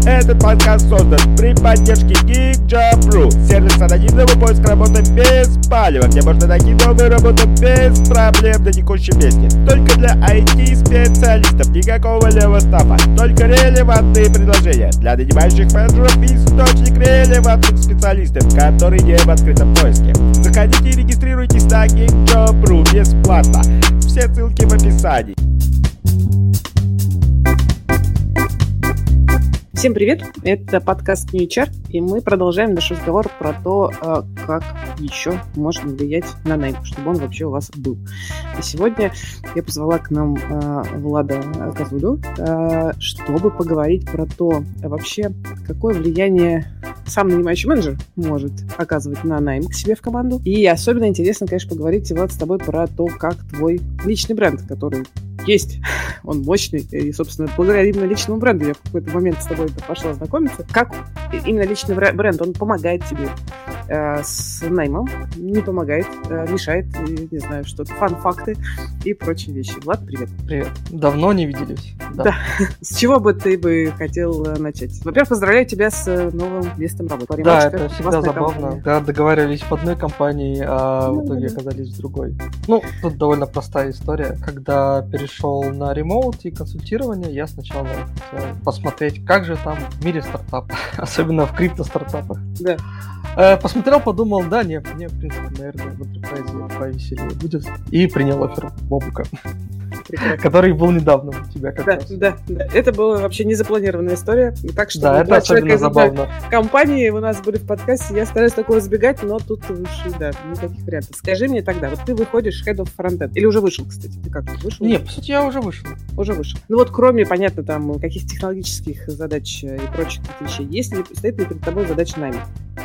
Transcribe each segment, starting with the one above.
Этот подкаст создан при поддержке GeekJob.ru, сервис анонимного поиска работы без палева, где можно найти новую работу без проблем на текущем месте. Только для IT-специалистов, никакого левого стафа, только релевантные предложения для нанимающих менеджеров и источник релевантных специалистов, которые не в открытом поиске. Заходите и регистрируйтесь на GeekJob.ru бесплатно. Все ссылки в описании. Всем привет! Это подкаст New HR, и мы продолжаем наш разговор про то, как еще можно влиять на найм, чтобы он вообще у вас был. И сегодня я позвала к нам Влада Козулю, чтобы поговорить про то, вообще, какое влияние сам нанимающий менеджер может оказывать на найм к себе в команду. И особенно интересно, конечно, поговорить, Влад, с тобой про то, как твой личный бренд, который есть, он мощный, и, собственно, благодаря именно личному бренду я в какой-то момент с тобой пошла знакомиться, как именно личный бренд, он помогает тебе с наймом, не помогает, мешает, не знаю, что-то, фан-факты и прочие вещи. Влад, привет. Привет. Давно не виделись. Да. С чего бы ты бы хотел начать? Во-первых, поздравляю тебя с новым местом работы. Да, это всегда забавно. Когда договаривались в одной компании, а в итоге оказались в другой. Ну, тут довольно простая история. Когда перешел на ремоут и консультирование, я сначала хотел посмотреть, как же там в мире стартапов, особенно в крипто-стартапах. Да. Посмотрел, подумал, да, мне, в принципе, наверное, в Enterprise повеселее будет. И принял оффер Бобука, который был недавно у тебя как раз. Да. Это была вообще незапланированная история. Так что да, это особенно забавно. Компании у нас были в подкасте, я стараюсь такого избегать, но тут уж, да, никаких вариантов. Скажи мне тогда, вот ты выходишь Head of Frontend, или уже вышел, кстати? Ты как, вышел? Нет, по сути, я уже вышел. Уже вышел. Ну вот, кроме, понятно, там, каких технологических задач и прочих вещей, стоит ли перед тобой задача найма?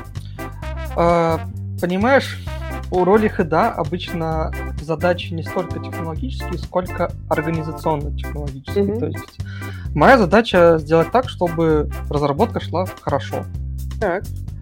Понимаешь, у роли хеда обычно задачи не столько технологические, сколько организационно-технологические. Mm-hmm. То есть моя задача сделать так, чтобы разработка шла хорошо. Так.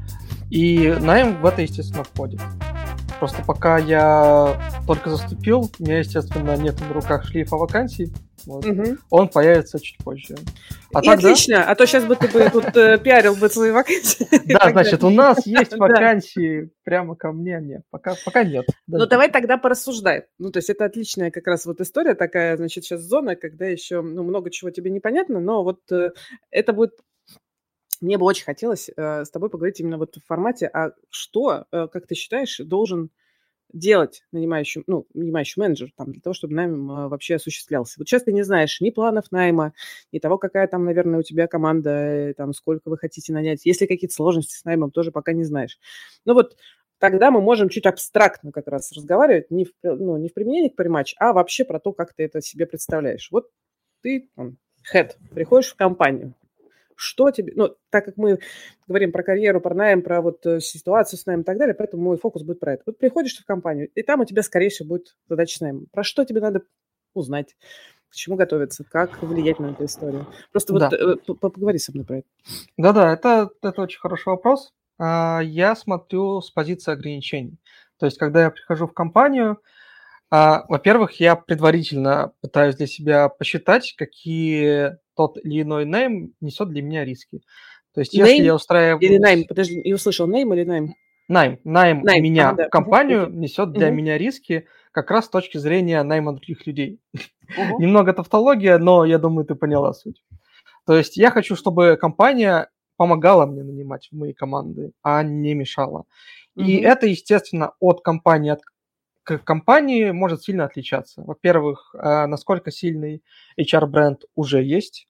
И найм в это, естественно, входит. Просто пока я только заступил, у меня, естественно, нет на руках шлейфа вакансий. Вот. Угу. Он появится чуть позже. Отлично, а то сейчас бы ты тут пиарил бы свои вакансии. Да, значит, у нас есть вакансии прямо ко мне. Нет, пока нет. Ну, давай тогда порассуждай. Ну, то есть это отличная как раз вот история такая, значит, сейчас зона, когда еще много чего тебе непонятно, но вот это будет... Мне бы очень хотелось с тобой поговорить именно вот в формате, а что, как ты считаешь, должен делать нанимающий менеджер там, для того, чтобы найм вообще осуществлялся. Вот сейчас ты не знаешь ни планов найма, ни того, какая там, наверное, у тебя команда, там, сколько вы хотите нанять. Если какие-то сложности с наймом, тоже пока не знаешь. Ну вот тогда мы можем чуть абстрактно как раз разговаривать, не в применении к париматч, а вообще про то, как ты это себе представляешь. Вот ты, head, приходишь в компанию. Что тебе... так как мы говорим про карьеру, про найм, про вот ситуацию с наймом и так далее, поэтому мой фокус будет про это. Вот приходишь ты в компанию, и там у тебя, скорее всего, будет задача с наймом. Про что тебе надо узнать? К чему готовиться? Как влиять на эту историю? Просто вот поговори со мной про это. Да-да, это очень хороший вопрос. Я смотрю с позиции ограничений. То есть, когда я прихожу в компанию, во-первых, я предварительно пытаюсь для себя посчитать, какие тот или иной найм несет для меня риски. То есть, если я устраиваю... Или найм? Подожди, я услышал, найм или найм? Найм меня в компанию несет для меня риски как раз с точки зрения найма других людей. Немного тавтология, но я думаю, ты поняла суть. То есть, я хочу, чтобы компания помогала мне нанимать в мои команды, а не мешала. И это, естественно, от компании к компании может сильно отличаться. Во-первых, насколько сильный HR-бренд уже есть.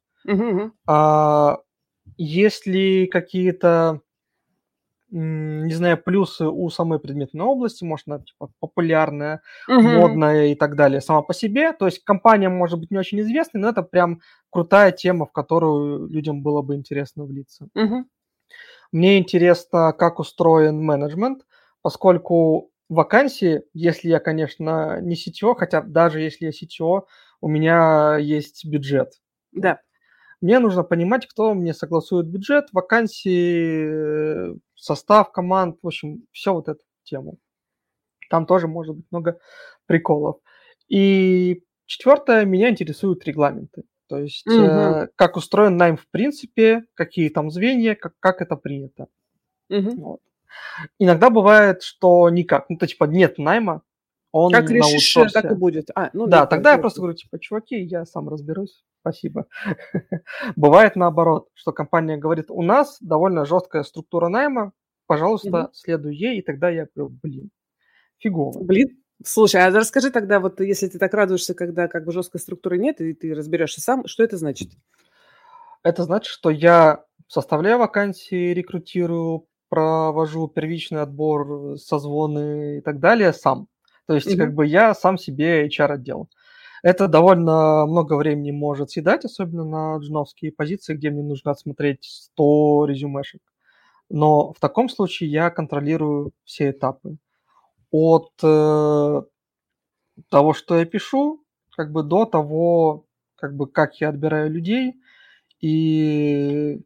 Есть ли какие-то, не знаю, плюсы у самой предметной области, может, она типа популярная, модная и так далее сама по себе. То есть компания может быть не очень известной, но это прям крутая тема, в которую людям было бы интересно влиться. Мне интересно, как устроен менеджмент, поскольку вакансии, если я, конечно, не CTO, хотя даже если я CTO, у меня есть бюджет. Да. Мне нужно понимать, кто мне согласует бюджет, вакансии, состав команд, в общем, все вот эту тему. Там тоже может быть много приколов. И четвертое, меня интересуют регламенты. То есть Мгм. как устроен найм в принципе, какие там звенья, как это принято. Мгм. Вот. Иногда бывает, что никак. Ну, то типа нет найма, Как он на решишь, так и аутсорсе. будет. Ну, Да, это тогда я просто ясно. говорю, типа, чуваки, я сам разберусь, спасибо. Бывает наоборот, что компания говорит, у нас довольно жесткая структура найма, Мгм. пожалуйста, следуй ей, и тогда я говорю, блин, фигово. Блин. Слушай, а расскажи тогда, вот если ты так радуешься, когда как бы жесткой структуры нет, и ты разберешься сам, что это значит? Это значит, что я составляю вакансии, рекрутирую, провожу первичный отбор, созвоны и так далее сам. То есть как Мгм. бы я сам себе HR-отдел. Это довольно много времени может съедать, особенно на джуновские позиции, где мне нужно отсмотреть 100 резюмешек. Но в таком случае я контролирую все этапы. От того, что я пишу, как бы до того, как бы как я отбираю людей. И,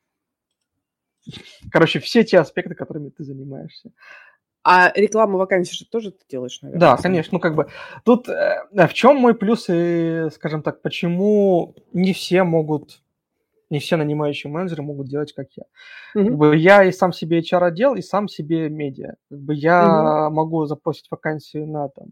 короче, все те аспекты, которыми ты занимаешься. А рекламу вакансий же тоже ты делаешь, наверное, Да, сам? конечно, ну как бы тут в чем мой плюс и, скажем так, почему не все нанимающие менеджеры могут делать, как я. Как Мгм. бы я и сам себе HR-отдел, и сам себе медиа. Как бы Мгм. я могу запросить вакансию на там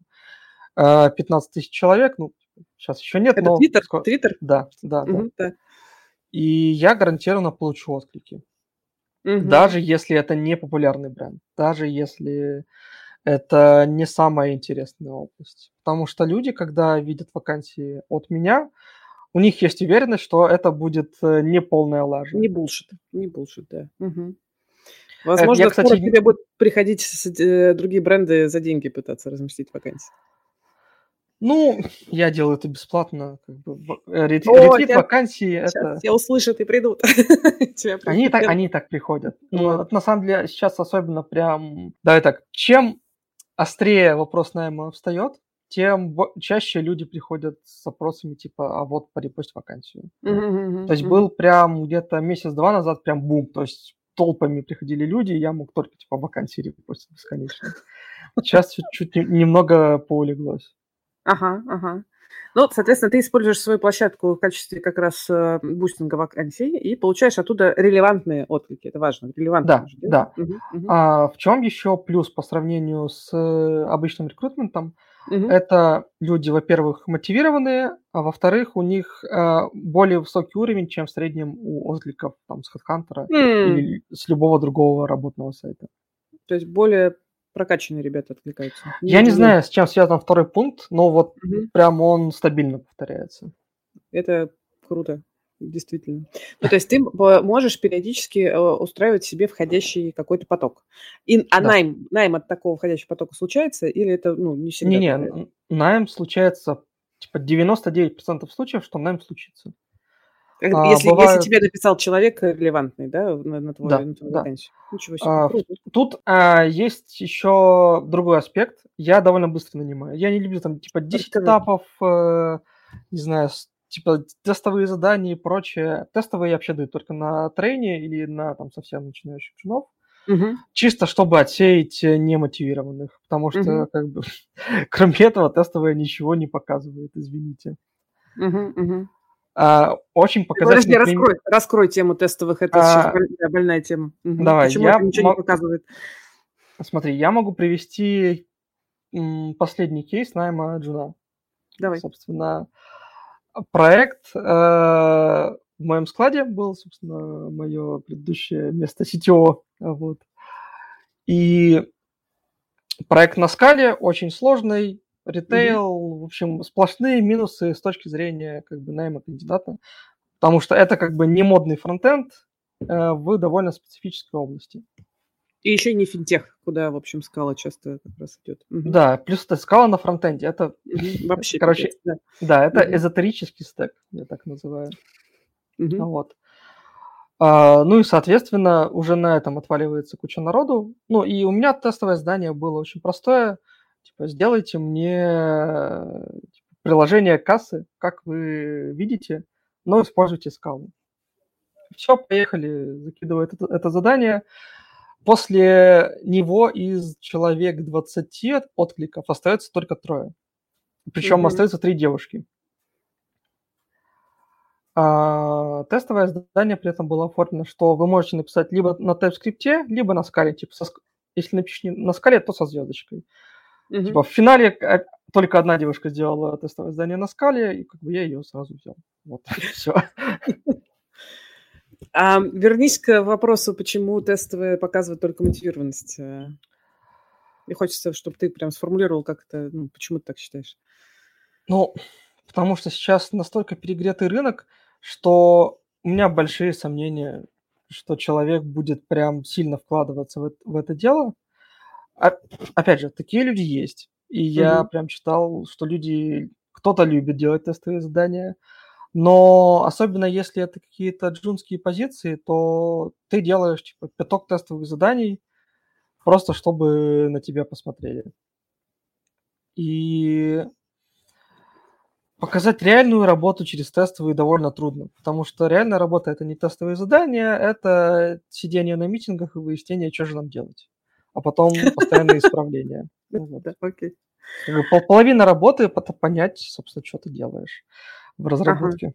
15 тысяч человек, ну, сейчас еще нет, Это но Твиттер? скоро. Твиттер? Да, да, да. Мгм. Да. И я гарантированно получу отклики. Мгм. Даже если это не популярный бренд, даже если это не самая интересная область. Потому что люди, когда видят вакансии от меня, у них есть уверенность, что это будет не полная лажа. Не булшит, да. Мгм. Я, Возможно, скоро к кстати, тебе будут приходить другие бренды за деньги пытаться разместить вакансии. ну, я делаю это бесплатно. Как бы, О, ретвит вакансии сейчас это. все услышат и придут. Тебя постепенно. Они так приходят. Ну, Вот. это на самом деле сейчас особенно прям. Давай так. Чем острее вопрос найма встает, тем чаще люди приходят с запросами типа, а вот порепость вакансию. Мгм, мгм, То есть мгм. был прям где-то месяц-два назад прям бум. То есть толпами приходили люди, и я мог только типа вакансии репостить бесконечно. Сейчас чуть-чуть немного поулеглось. Ага, ага. Ну, соответственно, ты используешь свою площадку в качестве как раз бустинга вакансий и получаешь оттуда релевантные отклики. Это важно. Релевантные Да, же делать. да. Мгм, мгм, А в чем еще плюс по сравнению с обычным рекрутментом? мгм. Это люди, во-первых, мотивированные, а во-вторых, у них более высокий уровень, чем в среднем у откликов там, с HeadHunter М, или с любого другого работного сайта. То есть более прокачанные ребята откликаются. Не Я не джуниор. знаю, с чем связан второй пункт, но вот Мгм. прям он стабильно повторяется. Это круто, действительно. Ну, то есть ты можешь периодически устраивать себе входящий какой-то поток. Да. Найм от такого входящего потока случается, или это не всегда Не-не, такая? найм случается, типа 99% случаев, что найм случится. Если Бывают, тебе написал человек релевантный, да, на да, твою да. вакансию. Ничего себе, круто. Тут есть еще другой аспект. Я довольно быстро нанимаю. Я не люблю там типа 10 Расскажи. этапов, не знаю, типа тестовые задания и прочее. Тестовые я вообще даю только на трейне или на там совсем начинающих джунов. Мгм, Чисто чтобы отсеять немотивированных, потому мгм, что как бы кроме этого тестовое ничего не показывает, извините. мгм, мгм. Очень Подожди, показательный пример. раскрой тему тестовых. Это сейчас больная тема. Мгм. Давай, Почему это ничего не показывает? смотри, я могу привести последний кейс найма джуна. Давай. Собственно, проект в моем складе был, собственно, мое предыдущее место CTO. Вот. И проект на скале, очень сложный, Мгм, ритейл, в общем, сплошные минусы с точки зрения как бы найма кандидата, потому что это как бы не модный фронтенд в довольно специфической области. И еще и не финтех, куда, в общем, скала часто как раз идет. Мгм, Да, плюс это скала на фронтенде. Это, Вообще короче, пипец, да. да, это Мгм, эзотерический стек, я так называю. мгм, Вот. Ну и, соответственно, уже на этом отваливается куча народу. Ну и у меня тестовое задание было очень простое. Типа, сделайте мне типа, приложение кассы, как вы видите, но используйте скалу. Все, поехали, закидываю это задание. После него из человек 20 откликов остается только 3. Причем мгм. остаются 3 девушки. А тестовое задание при этом было оформлено, что вы можете написать либо на TypeScript, либо на Scala. Типа, если напишешь на Scala, то со звездочкой. Типа в финале только одна девушка сделала тестовое задание на Scala, и как бы я ее сразу взял. Вот, все. Вернись к вопросу, почему тестовые показывают только мотивированность. Мне хочется, чтобы ты прям сформулировал, как это, ну, почему ты так считаешь. Ну, потому что сейчас настолько перегретый рынок, что у меня большие сомнения, что человек будет прям сильно вкладываться в это дело. Опять же, такие люди есть. И я прям читал, что кто-то любит делать тестовые задания, но особенно если это какие-то джунские позиции, то ты делаешь типа 5 тестовых заданий, просто чтобы на тебя посмотрели. И показать реальную работу через тестовые довольно трудно, потому что реальная работа – это не тестовые задания, это сидение на митингах и выяснение, что же нам делать. А потом постоянные исправления. Да, окей. Половина работы – это понять, собственно, что ты делаешь в разработке.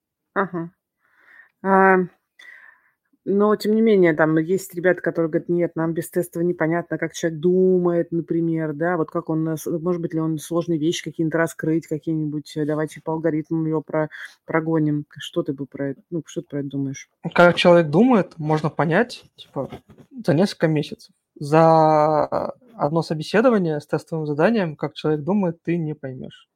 Но, тем не менее, там есть ребята, которые говорят, нет, нам без тестов непонятно, как человек думает, например, да, вот как он, может быть ли он сложные вещи какие-то раскрыть, какие-нибудь, давайте по алгоритмам его прогоним. Что ты про это думаешь? Как человек думает, можно понять, типа, за несколько месяцев. За одно собеседование с тестовым заданием, как человек думает, ты не поймешь.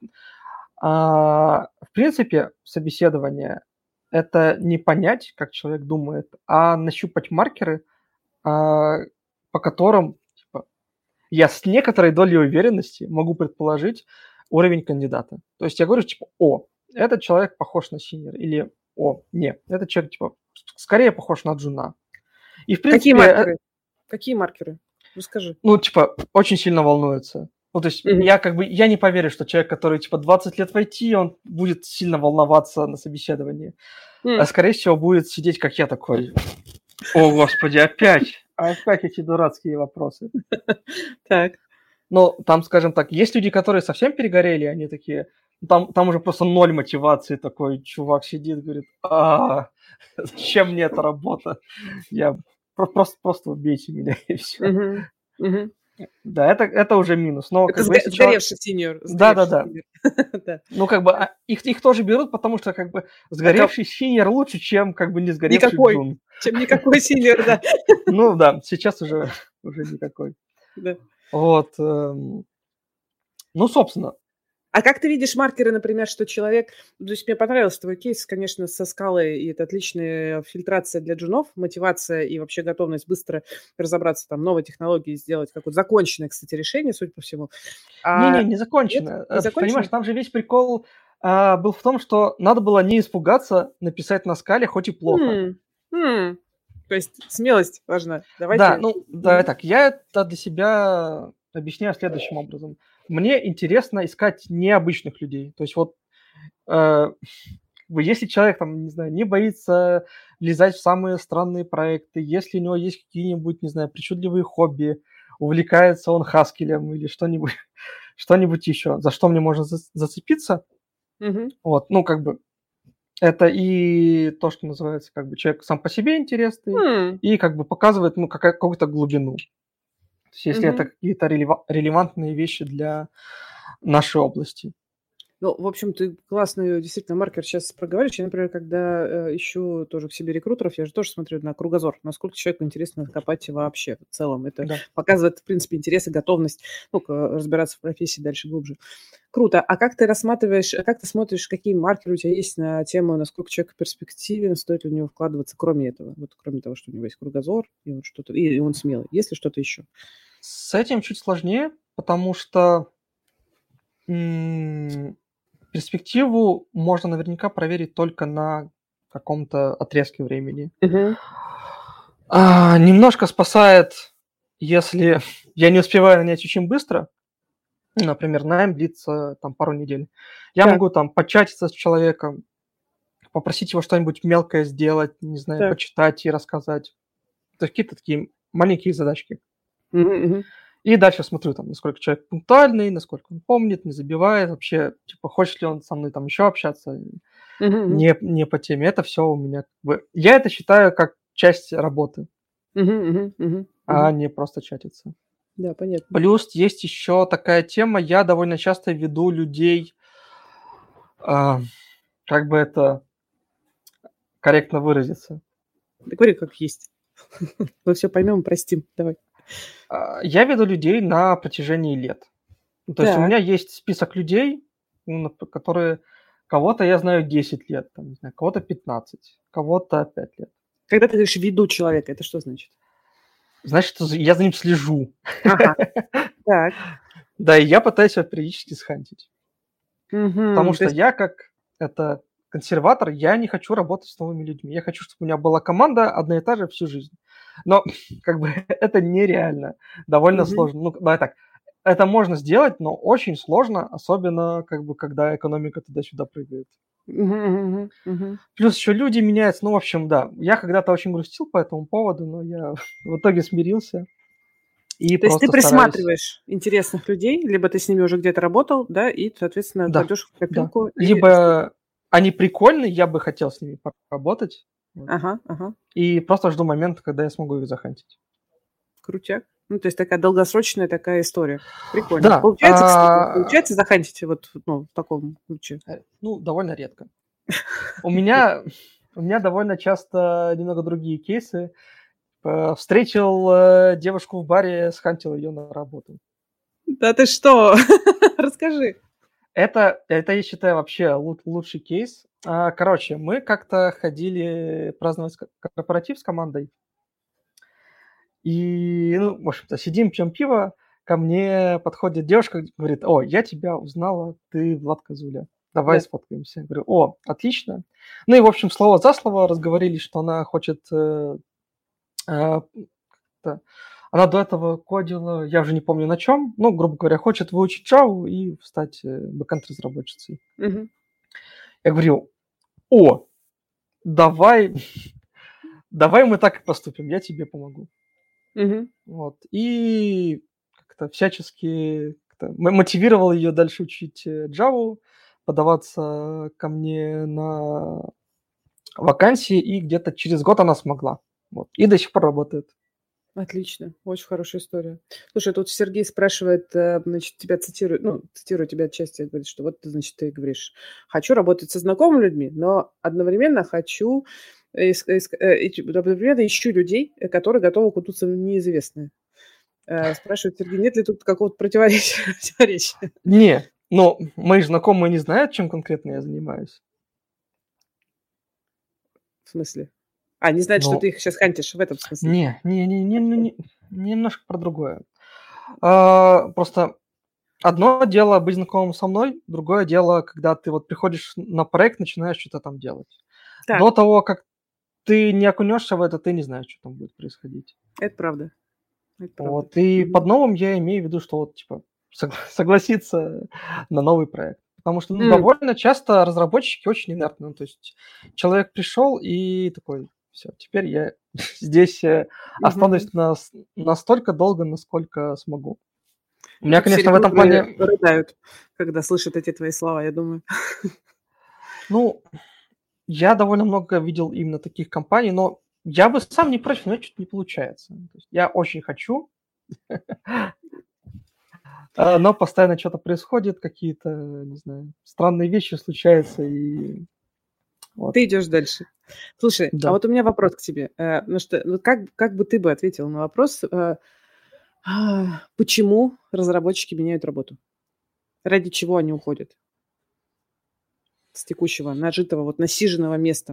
В принципе, собеседование – это не понять, как человек думает, а нащупать маркеры, по которым типа, я с некоторой долей уверенности могу предположить уровень кандидата. То есть я говорю, типа, этот человек похож на синьор, или нет, этот человек, типа, скорее похож на джуна. И, в принципе, Какие маркеры? Расскажи. Ну, типа, очень сильно волнуется. Ну, то есть я не поверю, что человек, который, типа, 20 лет в IT, он будет сильно волноваться на собеседовании. А, скорее всего, будет сидеть, как я такой. О, Господи, опять эти дурацкие вопросы. Так. Ну, там, скажем так, есть люди, которые совсем перегорели, они такие, там уже просто 0 мотивации, такой чувак сидит, говорит, зачем мне эта работа? Я просто убейте меня, и все. Да, это уже минус. Но, это сгоревший сеньор. Да. Ну, как бы их тоже берут, потому что как бы сгоревший сеньор лучше, чем как бы не сгоревший джун. Чем никакой сеньор, да. Ну да, сейчас уже никакой. Да. Вот. Ну, собственно. А как ты видишь маркеры, например, что человек... То есть мне понравился твой кейс, конечно, со скалой, и это отличная фильтрация для джунов, мотивация и вообще готовность быстро разобраться, там, новой технологии сделать, какое-то законченное, кстати, решение, судя по всему. Не законченное. Понимаешь, там же весь прикол был в том, что надо было не испугаться написать на скале, хоть и плохо. То есть смелость важна. Давайте... Да, так, я это для себя объясняю следующим образом. Мне интересно искать необычных людей. То есть вот если человек там, не знаю, не боится влезать в самые странные проекты, если у него есть какие-нибудь, не знаю, причудливые хобби, увлекается он хаскелем или что-нибудь еще, за что мне можно зацепиться, вот, ну, как бы, это и то, что называется, как бы, человек сам по себе интересный, и как бы показывает, ну, какую-то глубину. То есть, если это какие-то релевантные вещи для нашей области. Ну, в общем, ты классный действительно маркер сейчас проговоришь. Я, например, когда ищу тоже к себе рекрутеров, я же тоже смотрю на кругозор, насколько человеку интересно копать вообще в целом. Это показывает, в принципе, интерес и готовность разбираться в профессии дальше глубже. Круто. А как ты рассматриваешь, как ты смотришь, какие маркеры у тебя есть на тему, насколько человек перспективен, стоит ли у него вкладываться, кроме этого? Вот кроме того, что у него есть кругозор, и вот что-то, и он смелый. Есть ли что-то еще? С этим чуть сложнее, потому что перспективу можно наверняка проверить только на каком-то отрезке времени. Немножко спасает, если я не успеваю нанять очень быстро, например, найм длится там пару недель. Я могу там початиться с человеком, попросить его что-нибудь мелкое сделать, не знаю, почитать и рассказать. То есть какие-то такие маленькие задачки. И дальше смотрю, там, насколько человек пунктуальный, насколько он помнит, не забивает, вообще, типа, хочет ли он со мной там еще общаться. не по теме. Это все у меня... Я это считаю как часть работы, а не просто чатиться. Да, понятно. Плюс есть еще такая тема, я довольно часто веду людей, как бы это корректно выразиться. Да говори, как есть. Мы все поймем, простим. Давай. Я веду людей на протяжении лет. То есть у меня есть список людей, которые... Кого-то я знаю 10 лет, там, не знаю, кого-то 15, кого-то 5 лет. Когда ты говоришь «веду человека», это что значит? Значит, я за ним слежу. Ага. Так. Да, и я пытаюсь его периодически схантить. Потому что есть... я, как консерватор, я не хочу работать с новыми людьми. Я хочу, чтобы у меня была команда одна и та же всю жизнь. Но как бы это нереально. Довольно сложно. Ну, давай так. Это можно сделать, но очень сложно, особенно как бы когда экономика туда-сюда прыгает. Плюс еще люди меняются. Ну, в общем, да. Я когда-то очень грустил по этому поводу, но я в итоге смирился. И то есть ты присматриваешь интересных людей, либо ты с ними уже где-то работал, да, и, соответственно, кладешь в копилку. Да. Либо они прикольные, я бы хотел с ними поработать. Ага. И просто жду момента, когда я смогу их захантить. Крутяк. Ну, то есть такая долгосрочная такая история. Прикольно. Да. Получается, кстати, получается захантить вот в таком ключе? Ну, довольно редко. У меня довольно часто немного другие кейсы. Встретил девушку в баре, схантил ее на работу. Да ты что? Расскажи. Это, я считаю, вообще лучший кейс. Короче, мы как-то ходили праздновать корпоратив с командой. И, в общем-то, сидим, пьем пиво, ко мне подходит девушка, говорит: «О, я тебя узнала, ты Влад Козуля, давай сфоткаемся». Я говорю: «О, отлично». Ну и, в общем, слово за слово разговорились, что она хочет... она до этого кодила, я уже не помню на чем, но, грубо говоря, хочет выучить Java и стать бэкэнд-разработчицей. Я говорю: «О, давай мы так и поступим, я тебе помогу». Вот. И как-то всячески мотивировал ее дальше учить Java, подаваться ко мне на вакансии, и где-то через год она смогла. Вот. И до сих пор работает. Отлично, очень хорошая история. Слушай, тут Сергей спрашивает, значит, тебя цитирую тебя отчасти, говорит, что вот, значит, ты говоришь: хочу работать со знакомыми людьми, но одновременно одновременно ищу людей, которые готовы окунуться в неизвестное. Спрашивает Сергей, нет ли тут какого-то противоречия? Не, но мои знакомые не знают, чем конкретно я занимаюсь. В смысле? Не знают, что ты их сейчас хантишь в этом смысле? Не, немножко про другое. Просто одно дело быть знакомым со мной, другое дело, когда ты вот приходишь на проект, начинаешь что-то там делать. Так. До того, как ты не окунешься в это, ты не знаешь, что там будет происходить. Это правда. Вот. И под новым я имею в виду, что вот типа согласиться на новый проект. Потому что довольно часто разработчики очень инертны. То есть человек пришел и такой: все, теперь я здесь останусь настолько долго, насколько смогу. У меня, конечно, в этом плане... рыдают, когда слышат эти твои слова, я думаю. Ну, я довольно много видел именно таких компаний, но я бы сам не против, но что-то не получается. То есть я очень хочу, но постоянно что-то происходит, какие-то, не знаю, странные вещи случаются, и... Вот. Ты идешь дальше. Слушай, а вот у меня вопрос к тебе. Как бы ты бы ответил на вопрос, почему разработчики меняют работу? Ради чего они уходят с текущего, нажитого, вот насиженного места?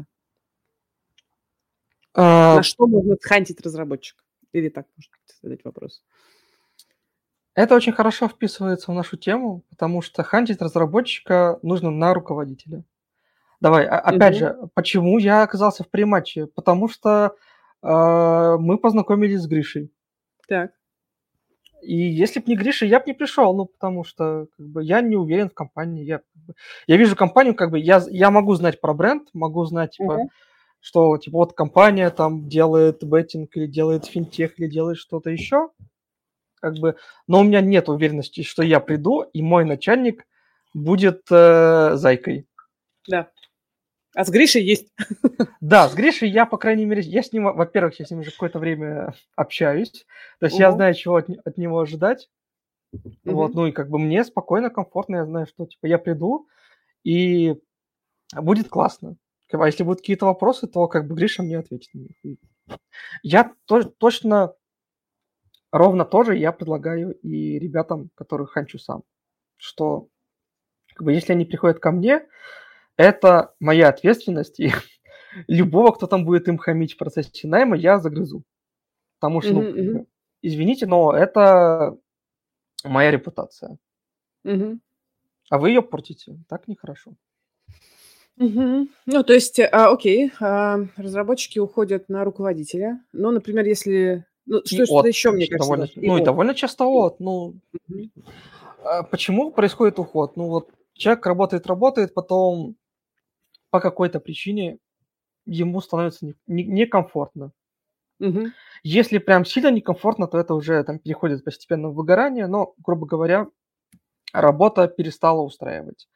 На что можно схантить разработчика? Или так можно задать вопрос? Это очень хорошо вписывается в нашу тему, потому что хантить разработчика нужно на руководителя. Давай, опять же, почему я оказался в прем-матче? Потому что мы познакомились с Гришей. Так. И если бы не Гриша, я бы не пришел, потому что я не уверен в компании. Я вижу компанию, я могу знать про бренд, могу знать, что вот компания там делает беттинг, или делает финтех, или делает что-то еще. Но у меня нет уверенности, что я приду, и мой начальник будет зайкой. Да. А с Гришей есть. Да, с Гришей я, по крайней мере, я с ним, во-первых, я с ним уже какое-то время общаюсь, то есть я знаю, чего от него ожидать, вот, ну и как бы мне спокойно, комфортно, я знаю, что типа я приду и будет классно. А если будут какие-то вопросы, то как бы Гриша мне ответит на них. Я точно ровно то же я предлагаю и ребятам, которых ханчу сам, что как бы, если они приходят ко мне, это моя ответственность, и любого, кто там будет им хамить в процессе найма, я загрызу. Потому что, ну, как бы, извините, но это моя репутация. А вы ее портите. Так нехорошо. Ну, то есть, окей, разработчики уходят на руководителя. Ну, например, если... Ну, что еще, мне кажется, довольно, и довольно часто от. Ну, почему происходит уход? Ну, вот человек работает, потом по какой-то причине ему становится некомфортно. Если прям сильно некомфортно, то это уже там переходит постепенно в выгорание, но, грубо говоря, работа перестала устраивать.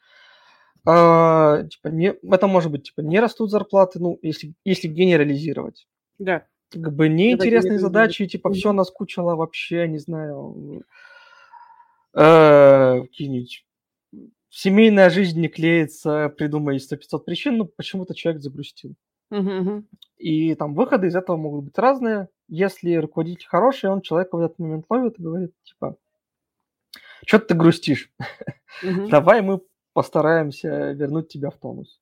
Это может быть, не растут зарплаты, ну, если генерализировать. Да. Как бы неинтересные задачи, все наскучило вообще, не знаю, какие-нибудь семейная жизнь не клеится, придумай 100-500 причин, но почему-то человек загрустил. И там выходы из этого могут быть разные. Если руководитель хороший, он человека в этот момент ловит и говорит, типа, что ты грустишь? Давай мы постараемся вернуть тебя в тонус.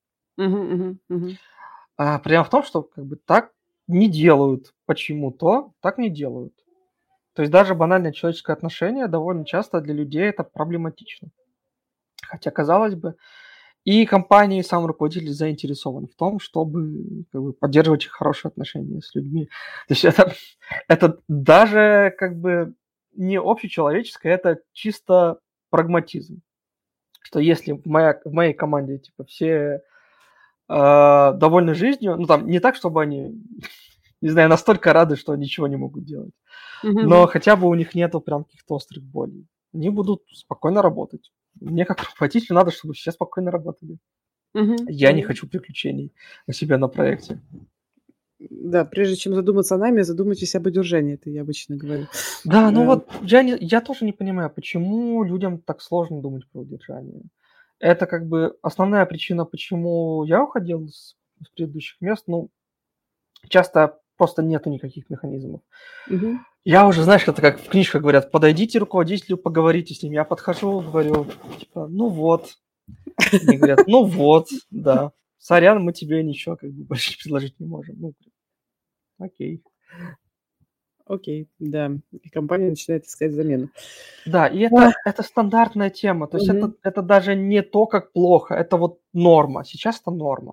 Прямо в том, что как бы так не делают почему-то, так не делают. То есть даже банальное человеческое отношение довольно часто для людей это проблематично. Хотя, казалось бы, и компания, и сам руководитель заинтересован в том, чтобы как бы, поддерживать хорошие отношения с людьми. То есть это даже как бы не общечеловеческое, это чисто прагматизм. Что если в моей команде типа все довольны жизнью, ну там не так, чтобы они, не знаю, настолько рады, что ничего не могут делать, но хотя бы у них нету прям каких-то острых болей. Они будут спокойно работать. Мне как руководителю надо, чтобы все спокойно работали. Я не хочу приключений у себя на проекте. Да, прежде чем задуматься о найме, задумайтесь об удержании, это я обычно говорю. Да, ну вот я тоже не понимаю, почему людям так сложно думать про удержание. Это как бы основная причина, почему я уходил с предыдущих мест. Ну, часто просто нету никаких механизмов. Я уже, знаешь, это как в книжках говорят, подойдите к руководителю, поговорите с ним. Я подхожу, говорю, типа, ну вот. Мне говорят, ну вот, да. Сорян, мы тебе ничего как бы больше предложить не можем. Ну, окей. Окей, да. И компания начинает искать замену. Да, и это стандартная тема. То есть это даже не то, как плохо. Это вот норма. Сейчас это норма.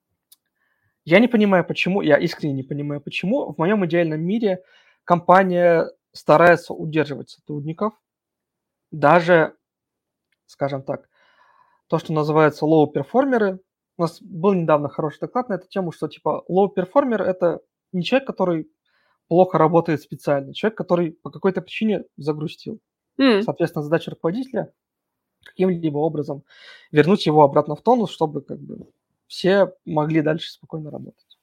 Я не понимаю, почему, я искренне не понимаю, почему в моем идеальном мире компания старается удерживать сотрудников, даже, скажем так, то, что называется low-перформеры. У нас был недавно хороший доклад на эту тему, что типа low-перформер – это не человек, который плохо работает специально, человек, который по какой-то причине загрустил. Соответственно, задача руководителя каким-либо образом вернуть его обратно в тонус, чтобы как бы все могли дальше спокойно работать.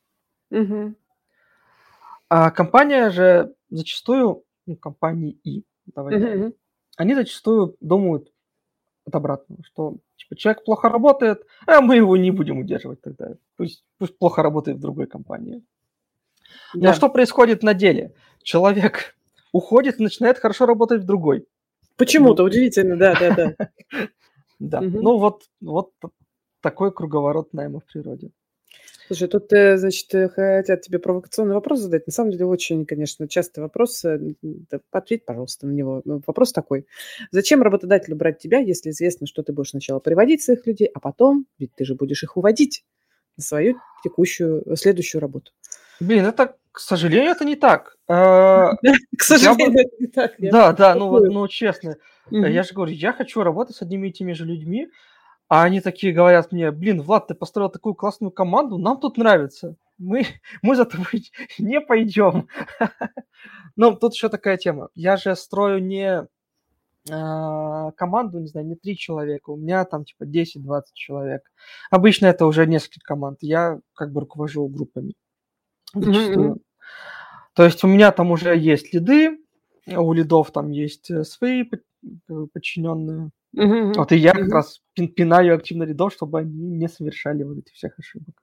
А компания же зачастую, компании, они зачастую думают от обратного, что типа, человек плохо работает, а мы его не будем удерживать тогда. Пусть плохо работает в другой компании. Да. Но что происходит на деле? Человек уходит и начинает хорошо работать в другой. Почему-то удивительно, да. Да, ну вот такой круговорот найма в природе. Слушай, тут, значит, хотят тебе провокационный вопрос задать. На самом деле, очень, конечно, частый вопрос. Ответь, пожалуйста, на него. Вопрос такой. Зачем работодателю брать тебя, если известно, что ты будешь сначала приводить своих людей, а потом, ведь ты же будешь их уводить на свою следующую работу? Блин, это, к сожалению, это не так. К сожалению, это не так. Да, ну честно. Я же говорю, я хочу работать с одними и теми же людьми, а они такие говорят мне, блин, Влад, ты построил такую классную команду, нам тут нравится. Мы за тобой не пойдем. Ну, тут еще такая тема. Я же строю не команду, не знаю, не 3 человека, у меня там типа 10-20 человек. Обычно это уже несколько команд. Я как бы руковожу группами зачастую. То есть у меня там уже есть лиды, у лидов там есть свои подчиненные. Вот и я как раз пинаю активно лидов, чтобы они не совершали вот этих всех ошибок.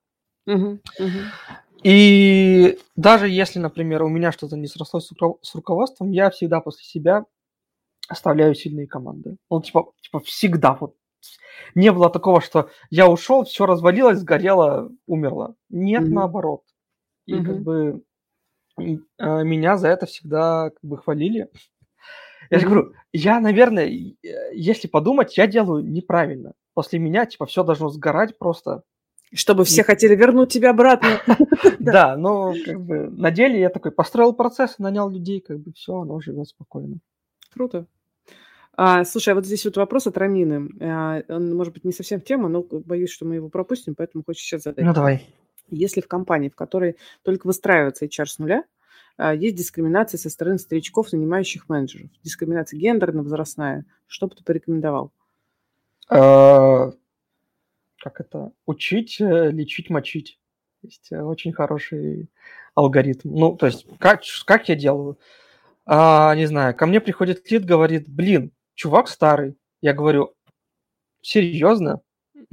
И даже если, например, у меня что-то не срослось с руководством, я всегда после себя оставляю сильные команды. Ну, типа всегда. Вот не было такого, что я ушел, все развалилось, сгорело, умерло. Нет, наоборот. И как бы меня за это всегда как бы хвалили. Я же говорю, я, наверное, если подумать, я делаю неправильно. После меня, типа, все должно сгорать просто. Чтобы все хотели вернуть тебя обратно. Да, но как бы на деле я такой построил процесс, нанял людей, как бы все, оно живет спокойно. Круто. Слушай, а вот здесь вот вопрос от Рамины. Он, может быть, не совсем в тему, но боюсь, что мы его пропустим, поэтому хочу сейчас задать. Ну, давай. Если в компании, в которой только выстраивается HR с нуля, есть дискриминация со стороны старичков, нанимающих менеджеров, дискриминация гендерная, возрастная, что бы ты порекомендовал? Как это? Учить, лечить, мочить. Есть очень хороший алгоритм. Ну, то есть, как я делаю? Не знаю, ко мне приходит лид, говорит, блин, чувак старый. Я говорю, серьезно?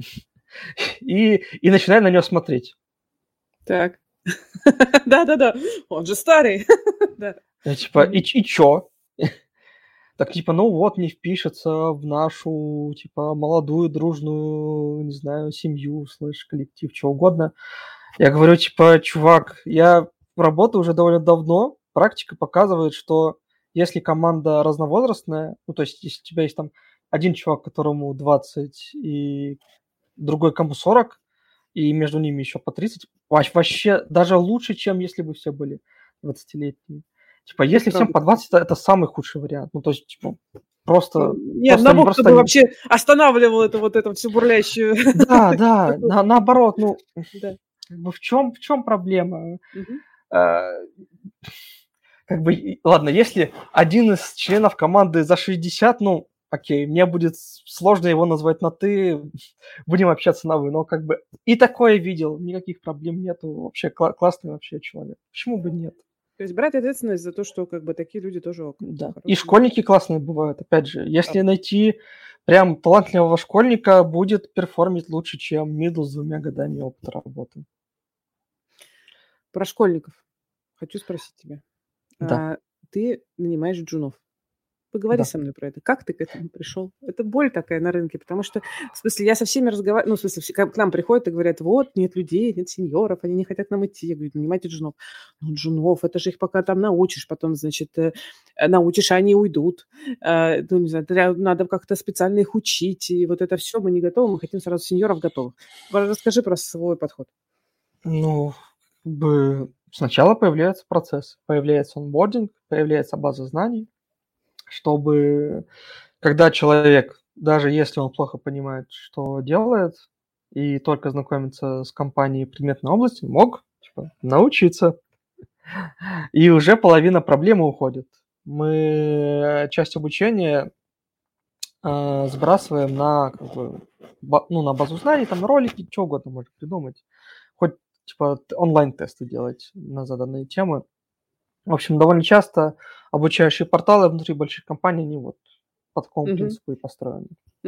И начинаю на него смотреть. Так. Да-да-да, он же старый. Я типа, и чё? Так типа, ну вот, не впишется в нашу, типа, молодую, дружную, не знаю, семью, коллектив, что угодно. Я говорю, типа, чувак, я работаю уже довольно давно, практика показывает, что если команда разновозрастная, ну, то есть если у тебя есть там один чувак, которому 20, и другой, кому 40, и между ними еще по 30, вообще даже лучше, чем если бы все были 20-летние. Типа, если всем по 20, это самый худший вариант. Ну, то есть, типа, просто... Нет, одного, кто бы вообще останавливал это всю бурлящую... Да, наоборот, ну, в чем проблема? Как бы, ладно, если один из членов команды за 60, ну, окей, мне будет сложно его назвать на «ты», будем общаться на «вы», но как бы и такое видел, никаких проблем нету, вообще классный вообще человек, почему бы нет? То есть брать ответственность за то, что как бы такие люди тоже... Да, и школьники классные бывают, опять же, если найти прям талантливого школьника, будет перформить лучше, чем мидл с 2 годами опыта работы. Про школьников хочу спросить тебя. Да. Ты нанимаешь джунов. Поговори со мной про это. Как ты к этому пришел? Это боль такая на рынке, потому что, в смысле, я со всеми разговариваю, ну, в смысле, к нам приходят и говорят, вот, нет людей, нет сеньоров, они не хотят к нам идти. Я говорю, нанимайте джунов. Ну, джунов, это же их пока там научишь, потом, значит, научишь, а они уйдут. Ну, не знаю, надо как-то специально их учить, и вот это все мы не готовы, мы хотим сразу сеньоров готовых. Расскажи про свой подход. Ну, как бы сначала появляется процесс, появляется онбординг, появляется база знаний, чтобы когда человек, даже если он плохо понимает, что делает, и только знакомится с компанией предметной области, мог научиться. И уже половина проблемы уходит. Мы часть обучения сбрасываем на, как бы, на базу знаний, там на ролики, что угодно можно придумать. Хоть типа онлайн-тесты делать на заданные темы. В общем, довольно часто обучающие порталы внутри больших компаний, они вот по такому принципу и построены.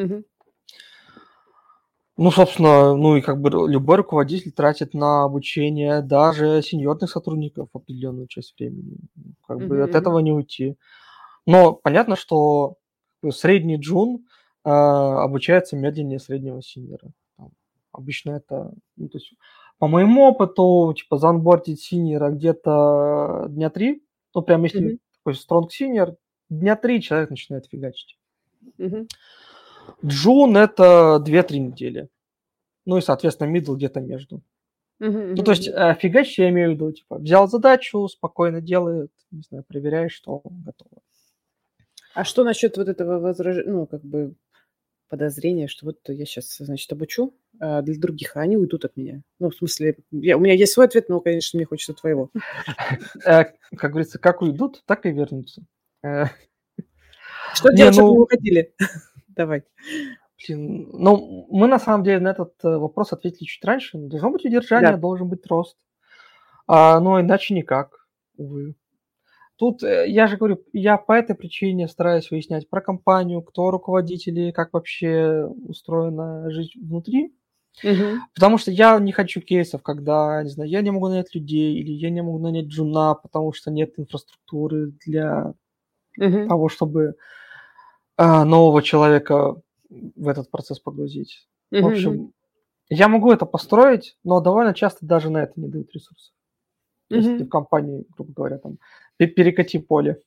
Ну, собственно, ну и как бы любой руководитель тратит на обучение даже сеньорных сотрудников определенную часть времени. Как бы от этого не уйти. Но понятно, что средний джун обучается медленнее среднего сеньора. Обычно это... Ну, то есть, по моему опыту, типа, заонбордить синьора где-то дня 3, ну, прям если такой strong senior, дня 3 человек начинает фигачить. Джун – это 2-3 недели. Ну, и, соответственно, мидл где-то между. Ну, то есть, фигачить я имею в виду, типа, взял задачу, спокойно делает, не знаю, проверяешь, что готово. А что насчет вот этого ну, как бы подозрения, что вот я сейчас, значит, обучу для других, а они уйдут от меня? Ну, в смысле, у меня есть свой ответ, но, конечно, мне хочется твоего. Как говорится, как уйдут, так и вернутся. Что делать, чтобы не уходили? Давай. Ну, мы на самом деле на этот вопрос ответили чуть раньше. Должно быть удержание, должен быть рост. Но иначе никак, увы. Тут, я же говорю, я по этой причине стараюсь выяснять про компанию, кто руководители, как вообще устроена жизнь внутри. Потому что я не хочу кейсов, когда, не знаю, я не могу нанять людей или я не могу нанять джуна, потому что нет инфраструктуры для того, чтобы нового человека в этот процесс погрузить. В общем, я могу это построить, но довольно часто даже на это не дают ресурсов. Если в компании, грубо говоря, там перекати поле.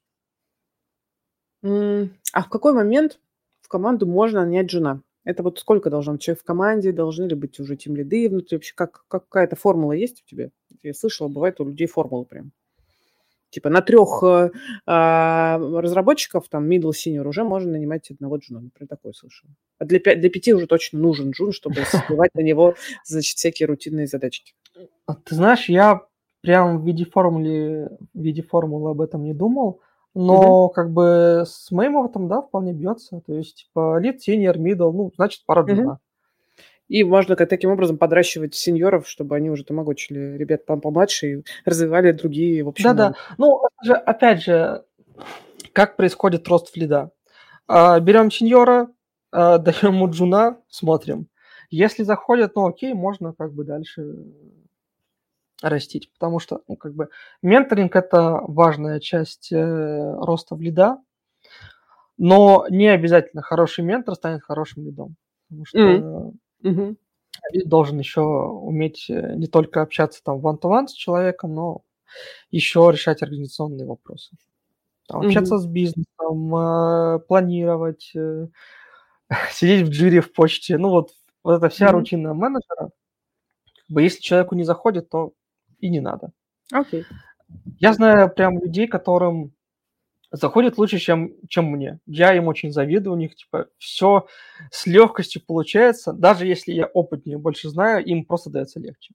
А в какой момент в команду можно нанять джуна? Это вот сколько должно быть человек в команде? Должны ли быть уже тимлиды внутри? Вообще какая-то формула есть у тебя? Я слышала, бывает у людей формулы прям. Типа на 3 разработчиков, там, middle, senior, уже можно нанимать одного джуна. Например, такое слышала. А для 5 уже точно нужен джун, чтобы сбивать на него, значит, всякие рутинные задачки. Ты знаешь, я прям в виде формулы об этом не думал, но как бы с моим опытом, да, вполне бьется. То есть, типа, lead, senior, middle, ну, значит, пара джуна. И можно таким образом подращивать сеньоров, чтобы они уже тамагочили ребят помладше и развивали другие, в общем. Да-да. Ну, опять же, как происходит рост в лида? Берем сеньора, даем ему джуна, смотрим. Если заходит, ну окей, можно как бы дальше растить, потому что, ну, как бы менторинг – это важная часть роста в лида, но не обязательно хороший ментор станет хорошим лидом, потому что лид должен еще уметь не только общаться там one-to-one с человеком, но еще решать организационные вопросы. Там, общаться с бизнесом, планировать, сидеть в джире в почте. Ну вот эта вся рутина менеджера. Если человеку не заходит, то и не надо. Окей. Я знаю прям людей, которым заходит лучше, чем мне. Я им очень завидую, у них типа все с легкостью получается. Даже если я опытнее, больше знаю, им просто дается легче.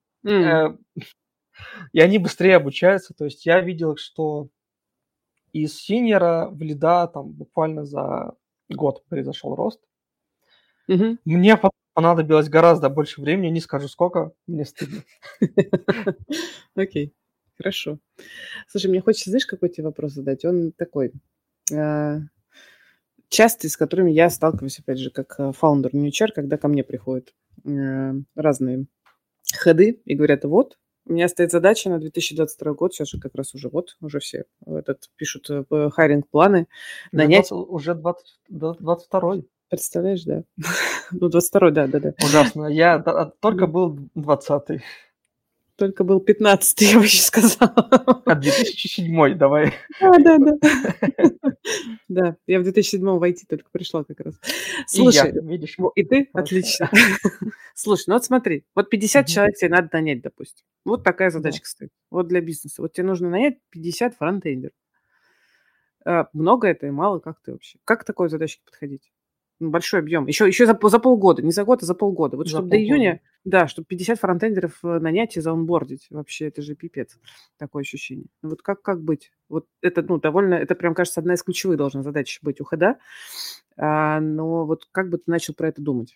И они быстрее обучаются. То есть я видел, что из синьора в лида там буквально за год произошел рост. Мне понадобилось гораздо больше времени, не скажу сколько, мне стыдно. Окей, хорошо. Слушай, мне хочется, знаешь, какой тебе вопрос задать? Он такой, частый, с которыми я сталкиваюсь, опять же, как фаундер New HR, когда ко мне приходят разные ходы и говорят, вот, у меня стоит задача на 2022 год, сейчас же как раз уже все пишут хайринг-планы. Нанять... Уже 22-й. Представляешь, да? Ну, 22-й, да. Ужасно. Я только был 20-й. Только был 15-й, я вообще сказала. А 2007-й, давай. Да. Да, я в 2007-м в IT только пришла как раз. Слушай, и я, видишь? И ты? Отлично. Слушай, ну вот смотри, вот 50 человек тебе надо нанять, допустим. Вот такая задачка стоит. Вот для бизнеса. Вот тебе нужно нанять 50 фронтендеров. Много это и мало? Как ты вообще? Как к такой задачке подходить? Большой объем. Еще за полгода. Не за год, а за полгода. Вот чтобы до июня, да, чтобы 50 фронтендеров нанять и заонбордить. Вообще, это же пипец. Такое ощущение. Ну вот как быть? Вот это, довольно, это прям, кажется, одна из ключевых должна задач быть у хеда. Но вот как бы ты начал про это думать?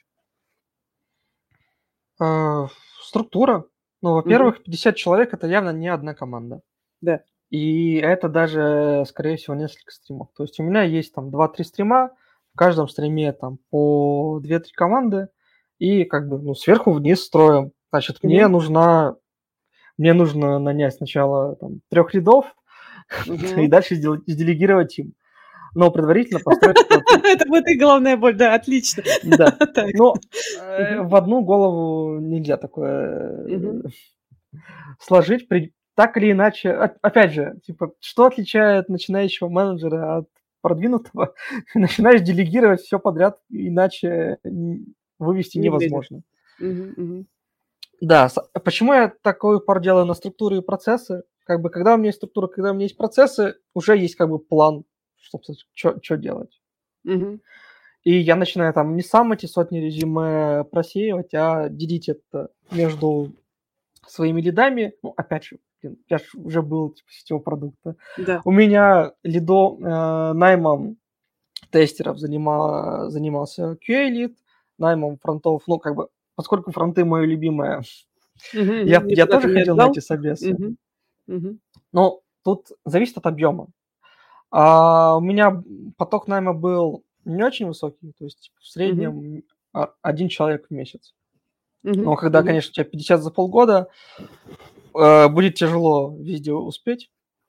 Структура. Ну, во-первых, 50 человек – это явно не одна команда. Да. И это даже, скорее всего, несколько стримов. То есть у меня есть там 2-3 стрима, в каждом стриме там по 2-3 команды, и как бы, сверху вниз строим. Значит, мне нужно нанять сначала там 3 лидов, и дальше делегировать им. Но предварительно построить... Это будет и головная боль, да, отлично. Да, но в одну голову нельзя такое сложить. Так или иначе, опять же, типа, что отличает начинающего менеджера от продвинутого? Начинаешь делегировать все подряд, иначе вывести невозможно. Да, почему я такой упор делаю на структуру и процессы? Как бы, когда у меня есть структура, когда у меня есть процессы, уже есть как бы план, что делать. И я начинаю там не сам эти сотни резюме просеивать, а делить это между своими лидами. Ну, опять же, я же уже был сетевого продукта. Да. У меня лидо наймом тестеров занимался QA-лид, наймом фронтов, ну, как бы, поскольку фронты мое любимое, я тоже ходил на эти собесы. Но тут зависит от объема. У меня поток найма был не очень высокий, то есть в среднем 1 человек в месяц. Но когда, конечно, у тебя 50 за полгода, будет тяжело везде успеть.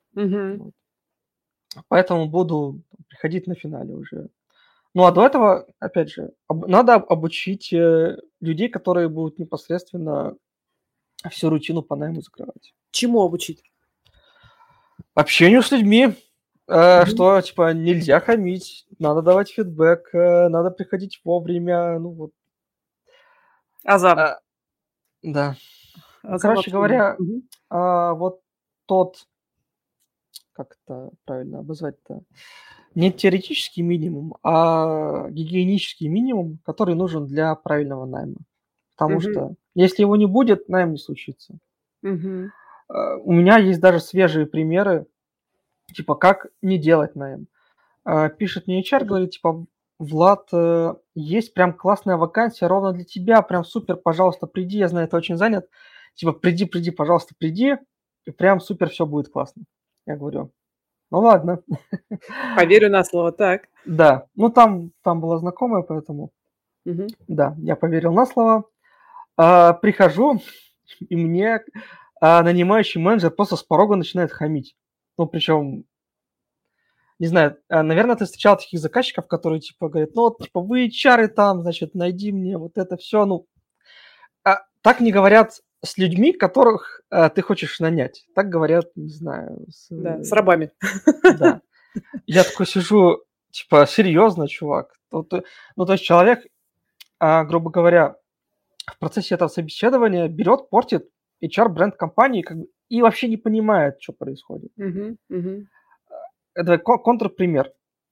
Поэтому буду приходить на финале уже. Ну, а до этого, опять же, надо обучить людей, которые будут непосредственно всю рутину по найму закрывать. Чему обучить? Общению с людьми. Что, типа, нельзя хамить, надо давать фидбэк, надо приходить вовремя, ну вот. Азам. Да. Короче говоря, вот тот, как это правильно обозвать-то, не теоретический минимум, а гигиенический минимум, который нужен для правильного найма. Потому что если его не будет, найм не случится. У меня есть даже свежие примеры, типа, как не делать найм. Пишет мне HR, говорит, типа, Влад, есть прям классная вакансия ровно для тебя, прям супер, пожалуйста, приди, я знаю, ты очень занят. Типа, приди, пожалуйста, приди, и прям супер все будет классно. Я говорю, ну ладно. Поверю на слово, так. Да, ну там была знакомая, поэтому, да, я поверил на слово. Прихожу, и мне нанимающий менеджер просто с порога начинает хамить. Ну, причем, не знаю, наверное, ты встречал таких заказчиков, которые, типа, говорят, ну, вот, типа, вы HR там, значит, найди мне вот это все. Ну, так не говорят с людьми, которых ты хочешь нанять. Так говорят, не знаю. С рабами. Да. Я такой сижу, типа, серьезно, чувак. Ну, то есть человек, грубо говоря, в процессе этого собеседования берет, портит HR-бренд компании как бы, и вообще не понимает, что происходит. Это контрпример.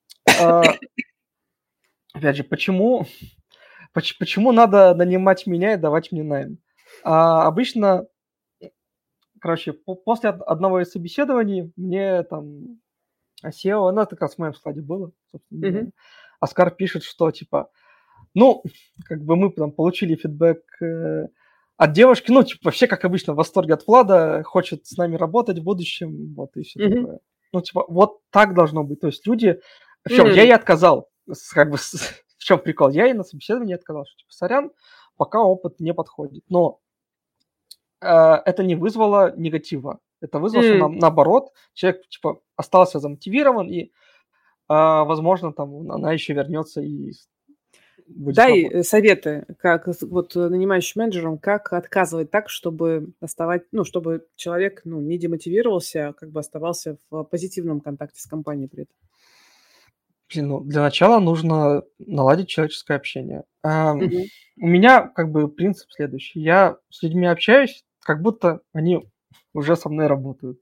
Опять же, почему надо нанимать меня и давать мне найм? Обычно, короче, после одного из собеседований мне там SEO, она как раз в моем складе было, собственно. Оскар пишет, что типа, ну, как бы мы там получили фидбэк от девушки, ну, типа, вообще, как обычно, в восторге от Влада, хочет с нами работать в будущем, вот, и все такое. Ну, типа, вот так должно быть. То есть люди... В чем? Я ей отказал. Как бы, в чем прикол? Я ей на собеседовании отказал, что, типа, сорян, пока опыт не подходит. Но это не вызвало негатива. Это вызвало, что наоборот, человек, типа, остался замотивирован, и, возможно, там, она еще вернется и... Дай советы, как вот нанимающим менеджером, как отказывать так, чтобы оставать, ну, чтобы человек, ну, не демотивировался, а как бы оставался в позитивном контакте с компанией при этом. Ну, для начала нужно наладить человеческое общение. У меня как бы принцип следующий. Я с людьми общаюсь, как будто они уже со мной работают.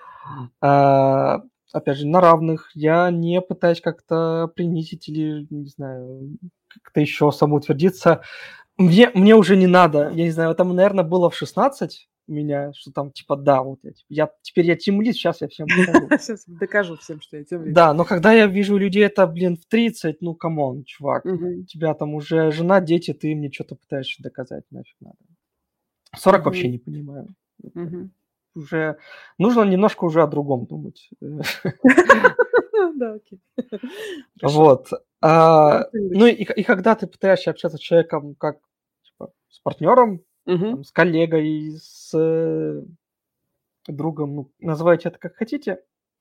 Опять же, на равных. Я не пытаюсь как-то принизить или, не знаю, как-то еще самоутвердиться. Мне уже не надо. Я не знаю, там, наверное, было в 16 у меня, что там, типа, да, вот теперь я тимлид, сейчас я всем покажу. Сейчас докажу всем, что я тимлид. Да, но когда я вижу людей, это, блин, в 30, ну, камон, чувак, у тебя там уже жена, дети, ты мне что-то пытаешься доказать, нафиг надо. 40 вообще не понимаю. Уже нужно немножко уже о другом думать. Да, окей. Вот. Ну и когда ты пытаешься общаться с человеком как типа, с партнером, там, с коллегой, с другом, ну, называйте это как хотите,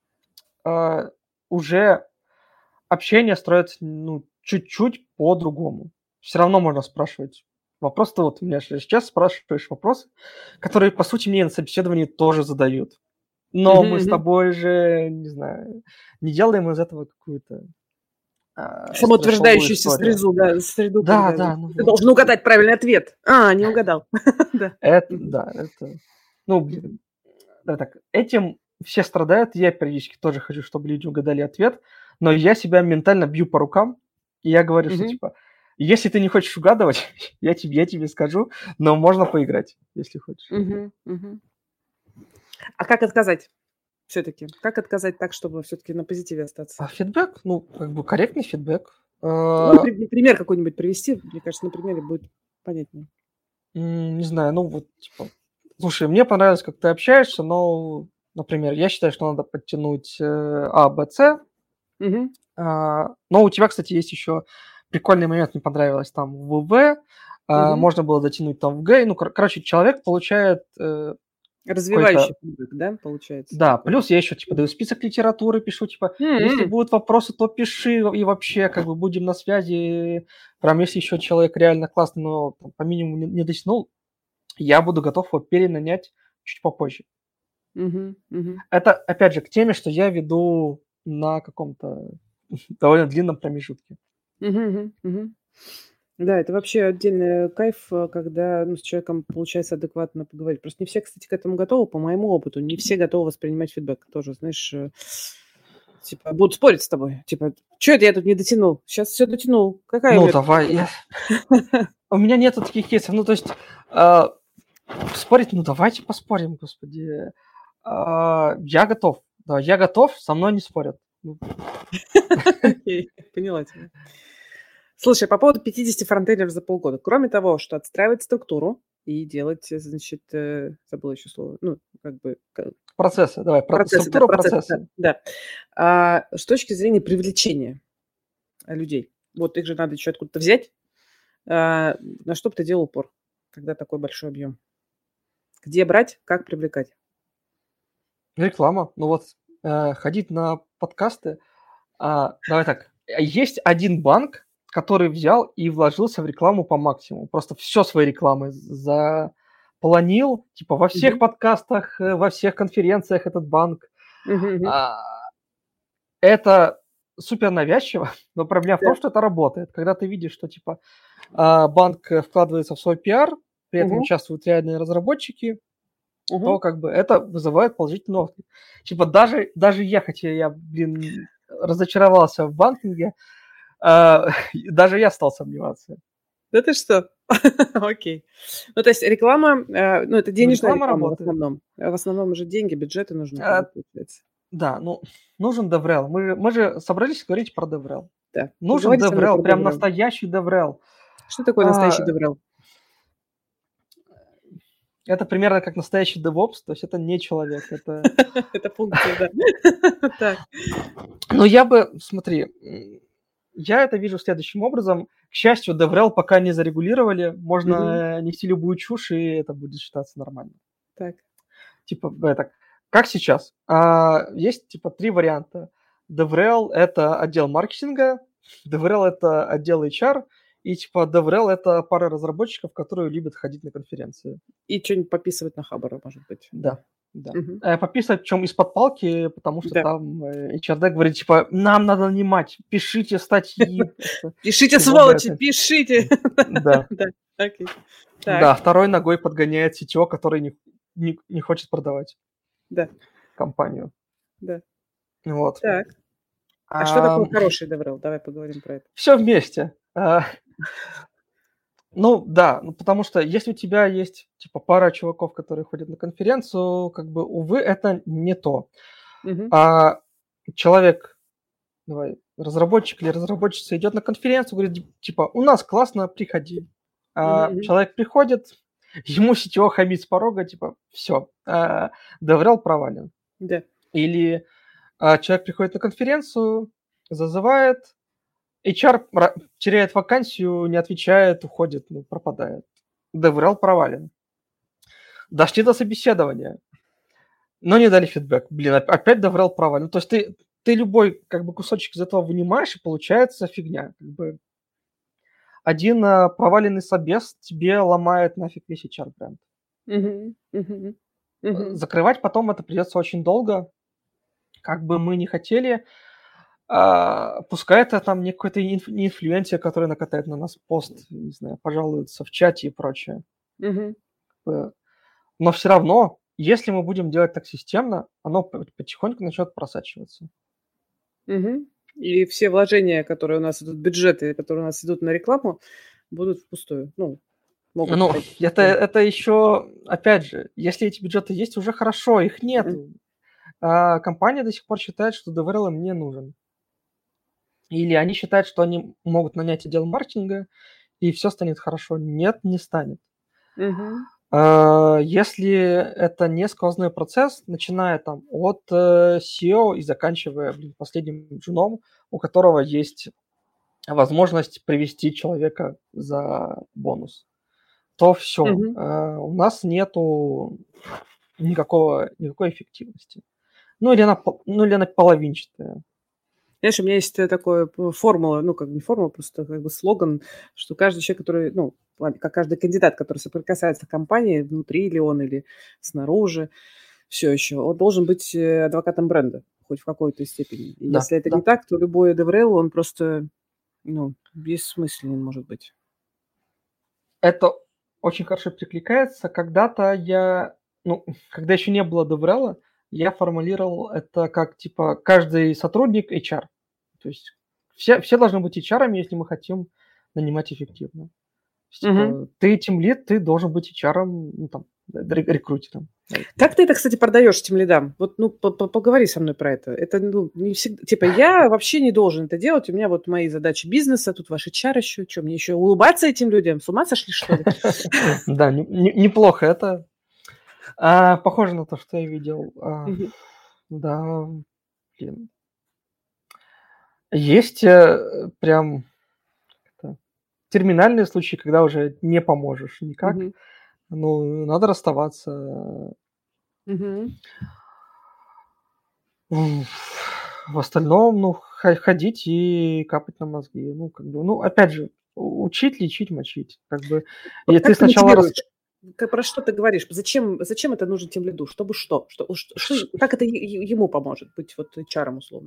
уже общение строится, ну, чуть-чуть по-другому. Все равно можно спрашивать. Вопрос-то вот у меня сейчас спрашиваешь вопросы, которые, по сути, мне на собеседовании тоже задают. Но мы с тобой же, не знаю, не делаем из этого какую-то самоутверждающуюся среду. Да. Ты должен угадать правильный ответ. Не угадал. Это... Ну, блин. Да, так, этим все страдают. Я периодически тоже хочу, чтобы люди угадали ответ. Но я себя ментально бью по рукам. И я говорю, что, типа, если ты не хочешь угадывать, я тебе скажу, но можно поиграть, если хочешь. А как отказать? все-таки? Как отказать так, чтобы все-таки на позитиве остаться? Фидбэк, ну, как бы корректный фидбэк. Ну, пример какой-нибудь привести, мне кажется, на примере будет понятнее. Не знаю, ну, вот, типа, слушай, мне понравилось, как ты общаешься, но, например, я считаю, что надо подтянуть А, Б, С. Угу. Но у тебя, кстати, есть еще прикольный момент, мне понравилось, там, в В, можно было дотянуть там в Г. Ну, короче, человек получает... Развивающий фидбэк, да, получается? Да, плюс я еще, типа, даю список литературы, пишу, типа, если будут вопросы, то пиши, и вообще, как бы, будем на связи. Прям, если еще человек реально классный, но там, по минимуму не дотянул, я буду готов его перенанять чуть попозже. Это, опять же, к теме, что я веду на каком-то довольно длинном промежутке. Да, это вообще отдельный кайф, когда с человеком получается адекватно поговорить. Просто не все, кстати, к этому готовы, по моему опыту. Не все готовы воспринимать фидбэк. Тоже, знаешь, типа, будут спорить с тобой. Типа, что это я тут не дотянул? Сейчас все дотянул. Какая Ну, давай. У меня нету таких кейсов. Ну, то есть, спорить, ну, давайте поспорим, господи. Я готов. Да, я готов, со мной не спорят. Окей, поняла тебя. Слушай, по поводу 50 фронтендеров за полгода. Кроме того, что отстраивать структуру и делать, значит, забыла еще слово, ну, как бы... Процессы, давай, структура процесса. Да. С точки зрения привлечения людей, вот их же надо еще откуда-то взять, на что бы ты делал упор, когда такой большой объем? Где брать, как привлекать? Реклама. Ну вот, ходить на подкасты. Давай так, есть один банк, который взял и вложился в рекламу по максимуму. Просто все свои рекламы запланил. Типа во всех подкастах, во всех конференциях этот банк. Это супер навязчиво, но проблема в том, что это работает. Когда ты видишь, что типа банк вкладывается в свой пиар, при этом участвуют реальные разработчики, то как бы это вызывает положительный отклик. Типа даже я, хотя я, разочаровался в банкинге, даже я стал сомневаться. Да ты что? Окей. Ну, то есть реклама, ну, это денежная реклама в основном. В основном уже деньги, бюджеты нужны, получается. Да, ну, нужен DevRel. Мы же собрались говорить про DevRel. Да. Нужен DevRel, прям настоящий DevRel. Что такое настоящий DevRel? Это примерно как настоящий DevOps, то есть это не человек, это... Это функция, да. Ну, я бы, смотри, я это вижу следующим образом. К счастью, DevRel пока не зарегулировали, можно нести любую чушь, и это будет считаться нормально. Так. Типа, это, как сейчас. Есть, типа, 3 варианта. DevRel – это отдел маркетинга, DevRel – это отдел HR, и, типа, DevRel – это пара разработчиков, которые любят ходить на конференции. И что-нибудь пописывать на Хабара, может быть. Да. Пописать, причем из-под палки, потому что там HRD говорит, типа, нам надо нанимать, пишите статьи. Пишите, сволочи, пишите. Да. Окей. Да, второй ногой подгоняет CTO, который не хочет продавать компанию. Да. Вот. Так. А что такое хороший DevRel? Давай поговорим про это. Все вместе. Ну, да, потому что если у тебя есть, типа, пара чуваков, которые ходят на конференцию, как бы, увы, это не то. Человек, разработчик или разработчица идет на конференцию, говорит, типа, у нас классно, приходи. Человек приходит, ему CTO хамит с порога, типа, все, DevRel провален. Да. Или человек приходит на конференцию, зазывает, HR теряет вакансию, не отвечает, уходит, пропадает. DevRel провален. Дошли до собеседования, но не дали фидбэк. Опять DevRel провален. То есть ты любой как бы кусочек из этого вынимаешь, и получается фигня. Как бы один проваленный собес тебе ломает нафиг весь HR-бренд. Закрывать потом это придется очень долго. Как бы мы не хотели... пускай это там не какой-то инфлюенсер, который накатает на нас пост, не знаю, пожалуется в чате и прочее. Но все равно, если мы будем делать так системно, оно потихоньку начнет просачиваться. И все вложения, которые у нас идут, бюджеты, которые у нас идут на рекламу, будут впустую. Это еще, опять же, если эти бюджеты есть, уже хорошо, их нет. а компания до сих пор считает, что DevRel им не нужен. Или они считают, что они могут нанять отдел маркетинга, и все станет хорошо. Нет, не станет. Если это не сквозной процесс, начиная там от SEO и заканчивая последним джуном, у которого есть возможность привести человека за бонус, то все. У нас нету никакой эффективности. Или она половинчатая. Знаешь, у меня есть такая формула, не формула, просто слоган, что каждый человек, который, как каждый кандидат, который соприкасается с компанией, внутри или он, или снаружи, все еще, он должен быть адвокатом бренда, хоть в какой-то степени. И если это не так, то любой DevRel, он просто, бессмысленен может быть. Это очень хорошо перекликается. Когда-то когда еще не было DevRel, я формулировал это как, каждый сотрудник HR. То есть все должны быть HR-ами, если мы хотим нанимать эффективно. Ты тимлид, ты должен быть HR-ом, рекрутером. Как ты это, кстати, продаешь тимлидам? Вот, поговори со мной про это. Это, не всегда... я вообще не должен это делать. У меня вот мои задачи бизнеса, тут ваш HR еще. Что, мне еще улыбаться этим людям? С ума сошли, что ли? Да, неплохо это. Похоже на то, что я видел. Да, блин. Есть прям терминальные случаи, когда уже не поможешь никак. Надо расставаться. В остальном, ходить и капать на мозги. Опять же, учить, лечить, мочить. И ты сначала... Про что ты говоришь? Зачем это нужно тимлиду? Чтобы что? Как это ему поможет быть вот HR-ом условно?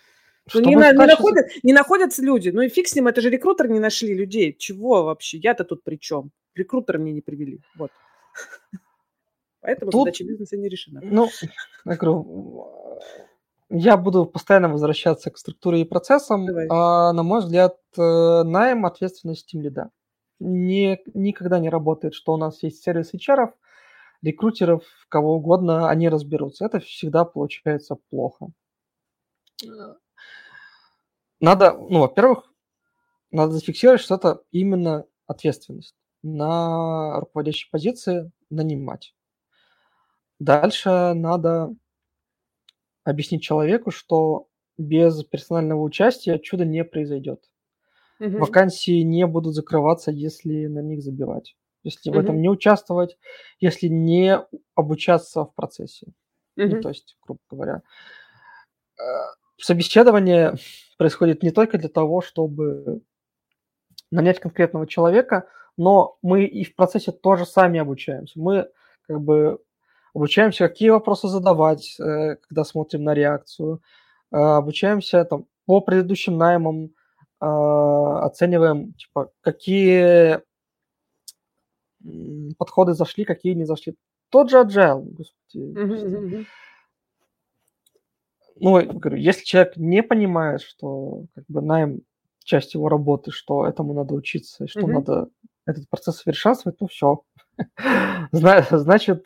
Не находятся люди. И фиг с ним, это же рекрутер не нашли людей. Чего вообще? Я-то тут при чем? Рекрутера мне не привели. Вот. Поэтому задача бизнеса не решена. Я говорю, я буду постоянно возвращаться к структуре и процессам. На мой взгляд, найм ответственность тимлида. Никогда не работает, что у нас есть сервис HR-ов, рекрутеров, кого угодно, они разберутся. Это всегда получается плохо. Надо, во-первых, надо зафиксировать, что это именно ответственность на руководящей позиции нанимать. Дальше надо объяснить человеку, что без персонального участия чудо не произойдет. Вакансии не будут закрываться, если на них забивать. Если в этом не участвовать, если не обучаться в процессе. То есть, грубо говоря, собеседование происходит не только для того, чтобы нанять конкретного человека, но мы и в процессе тоже сами обучаемся. Мы обучаемся, какие вопросы задавать, когда смотрим на реакцию. Обучаемся по предыдущим наймам, оцениваем, какие подходы зашли, какие не зашли. Тот же agile, господи. Говорю, если человек не понимает, что найм часть его работы, что этому надо учиться, что надо этот процесс совершенствовать, все. Значит,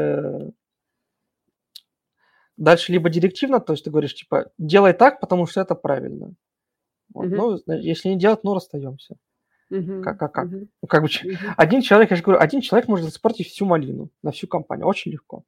дальше либо директивно, то есть ты говоришь, делай так, потому что это правильно. Если не делать, расстаемся. Как? Один человек может испортить всю малину на всю компанию. Очень легко.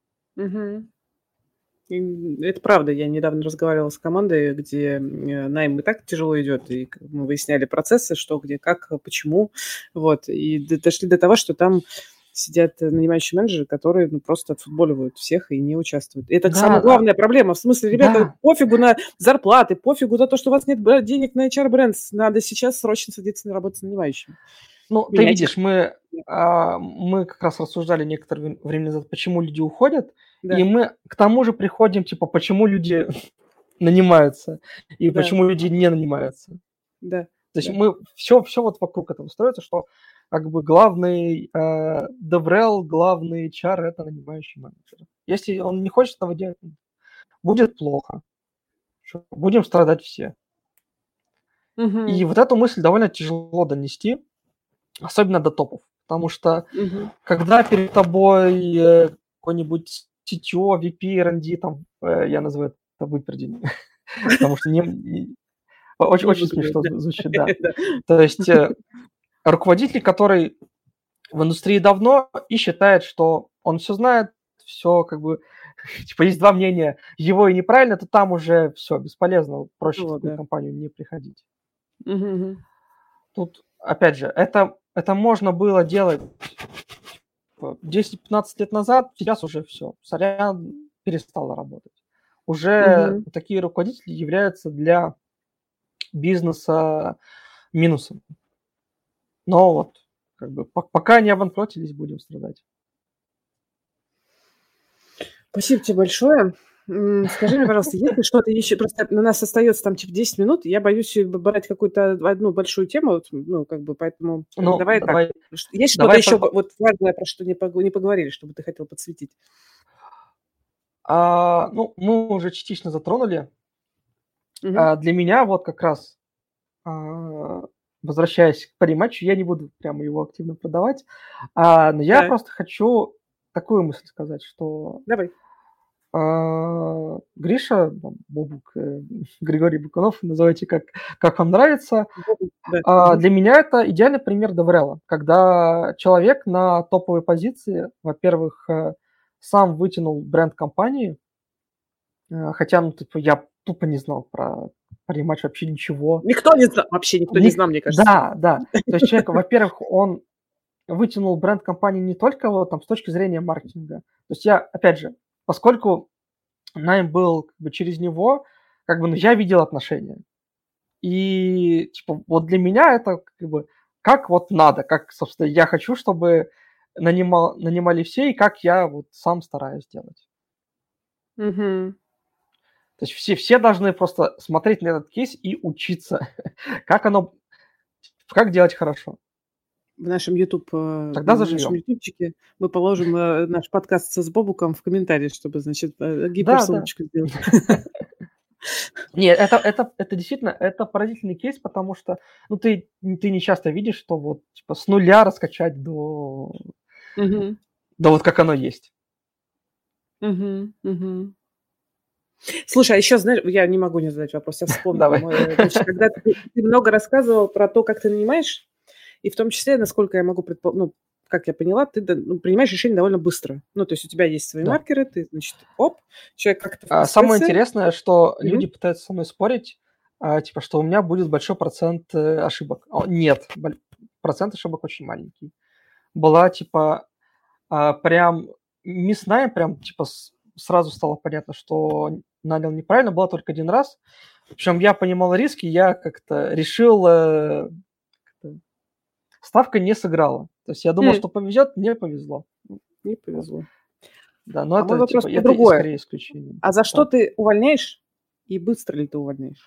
Это правда. Я недавно разговаривала с командой, где найм и так тяжело идет, и мы выясняли процессы, что, где, как, почему. И дошли до того, что там сидят нанимающие менеджеры, которые просто отфутболивают всех и не участвуют. Это самая главная проблема. В смысле, ребята, пофигу на зарплаты, пофигу на то, что у вас нет денег на HR-бренд. Надо сейчас срочно садиться на работу с нанимающими. Ты видишь, мы как раз рассуждали некоторое время назад, почему люди уходят, и мы к тому же приходим, почему люди нанимаются и почему люди не нанимаются. Да. То есть мы все вокруг этого строится, что главный DevRel, главный HR – это нанимающий менеджер. Если он не хочет этого делать, будет плохо. Будем страдать все. И эту мысль довольно тяжело донести, особенно до топов. Потому что когда перед тобой какой-нибудь CTO, VP, R&D, там, я называю это выпердень, потому что очень смешно звучит, да. То есть руководитель, который в индустрии давно и считает, что он все знает, все как бы, типа есть два мнения, его и неправильно, то там уже все бесполезно, проще в такую компанию не приходить. Тут, опять же, это можно было делать 10-15 лет назад, сейчас уже все, сорян, перестало работать. Уже такие руководители являются для бизнеса минусом. Но вот, как бы, пока не обанкротились, будем страдать. Спасибо тебе большое. Скажи мне, пожалуйста, если что-то еще... Просто на нас остается там типа 10 минут, я боюсь брать какую-то одну большую тему, ну, как бы, поэтому давай так. Есть что-то еще вот важное, про что не поговорили, чтобы ты хотел подсветить? Ну, мы уже частично затронули. Для меня вот как раз, возвращаясь к париматчу, я не буду прямо его активно продавать, но я просто хочу такую мысль сказать, что... Давай. Гриша, Бобук, Григорий Бакунов, называйте как вам нравится. Для меня это идеальный пример DevRel, когда человек на топовой позиции, во-первых, сам вытянул бренд компании, хотя, ну, типа, я тупо не знал про париматч вообще ничего. Никто не знал, вообще никто не знал, мне кажется. Да. То есть человек, во-первых, он вытянул бренд компании не только вот там с точки зрения маркетинга. То есть я, опять же, поскольку найм был как бы через него, как бы, ну, я видел отношения. И, типа, вот для меня это как бы как вот надо, как, собственно, я хочу, чтобы нанимали все, и как я вот сам стараюсь делать. То есть все должны просто смотреть на этот кейс и учиться, как делать хорошо. В нашем ютубчике мы положим наш подкаст с Бобуком в комментарии, чтобы, значит, гиперссылочку сделать. Нет, это действительно, это поразительный кейс, потому что, ну, ты не часто видишь, что вот, типа, с нуля раскачать до вот как оно есть. Слушай, а еще, знаешь, я не могу не задать вопрос, я вспомнила. Значит, когда ты много рассказывал про то, как ты нанимаешь, и в том числе, насколько я могу предположить, как я поняла, ты принимаешь решение довольно быстро. Ну, то есть у тебя есть свои маркеры, ты, значит, человек как-то вписывается. Самое интересное, что люди пытаются со мной спорить, типа, что у меня будет большой процент ошибок. Нет, процент ошибок очень маленький. Была, типа, прям мясная, прям, типа, сразу стало понятно, что нанял неправильно, было только один раз. Причем я понимал риски, я как-то решил... Ставка не сыграла. То есть я думал, что повезет, не повезло. Не повезло. Да, но это, вопрос типа, это скорее исключение. А за что ты увольняешь и быстро ли ты увольняешь?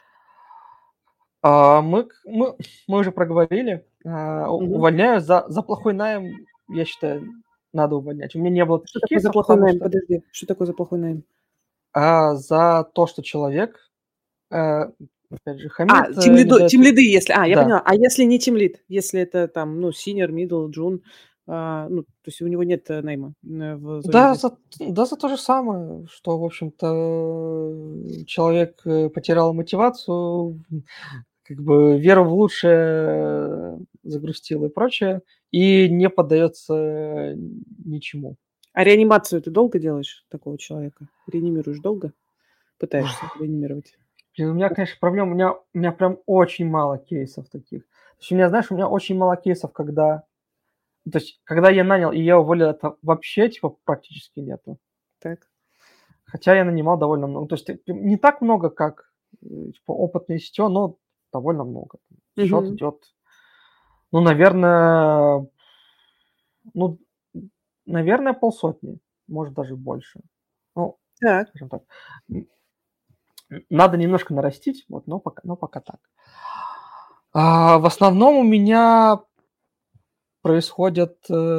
Мы уже проговорили. Увольняю за плохой найм, я считаю, надо увольнять. У меня не было таких кейсов. Что такое за плохой найм? Подожди, что такое за плохой найм? За то, что человек... Опять же, хамит. Тимлиды, если... я поняла. А если не тимлид? Если это там, ну, senior, middle, june, ну, то есть у него нет найма в зоне? За то же самое, что, в общем-то, человек потерял мотивацию, как бы веру в лучшее загрустил и прочее, и не поддается ничему. А реанимацию ты долго делаешь такого человека? Реанимируешь долго? Пытаешься реанимировать? У меня, конечно, проблема, у меня прям очень мало кейсов таких. То есть у меня очень мало кейсов, когда я нанял и я уволил, это вообще, типа, практически нету. Так. Хотя я нанимал довольно много. То есть не так много, как, типа, опытные CTO, но довольно много. Счет идет, наверное, полсотни, может, даже больше. Так. Скажем так. Надо немножко нарастить, вот, но пока так. В основном у меня происходят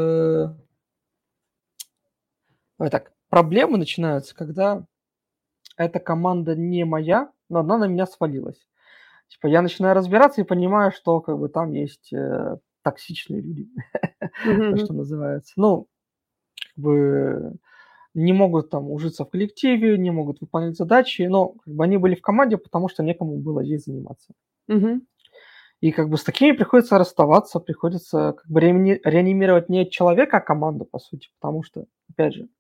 проблемы начинаются, когда эта команда не моя, но она на меня свалилась. Типа я начинаю разбираться и понимаю, что как бы там есть токсичные люди, что называется. Ну, как бы не могут там ужиться в коллективе, не могут выполнять задачи, но как бы они были в команде, потому что некому было здесь заниматься. И как бы с такими приходится расставаться, приходится как бы реанимировать не человека, а команду, по сути, потому что, опять же,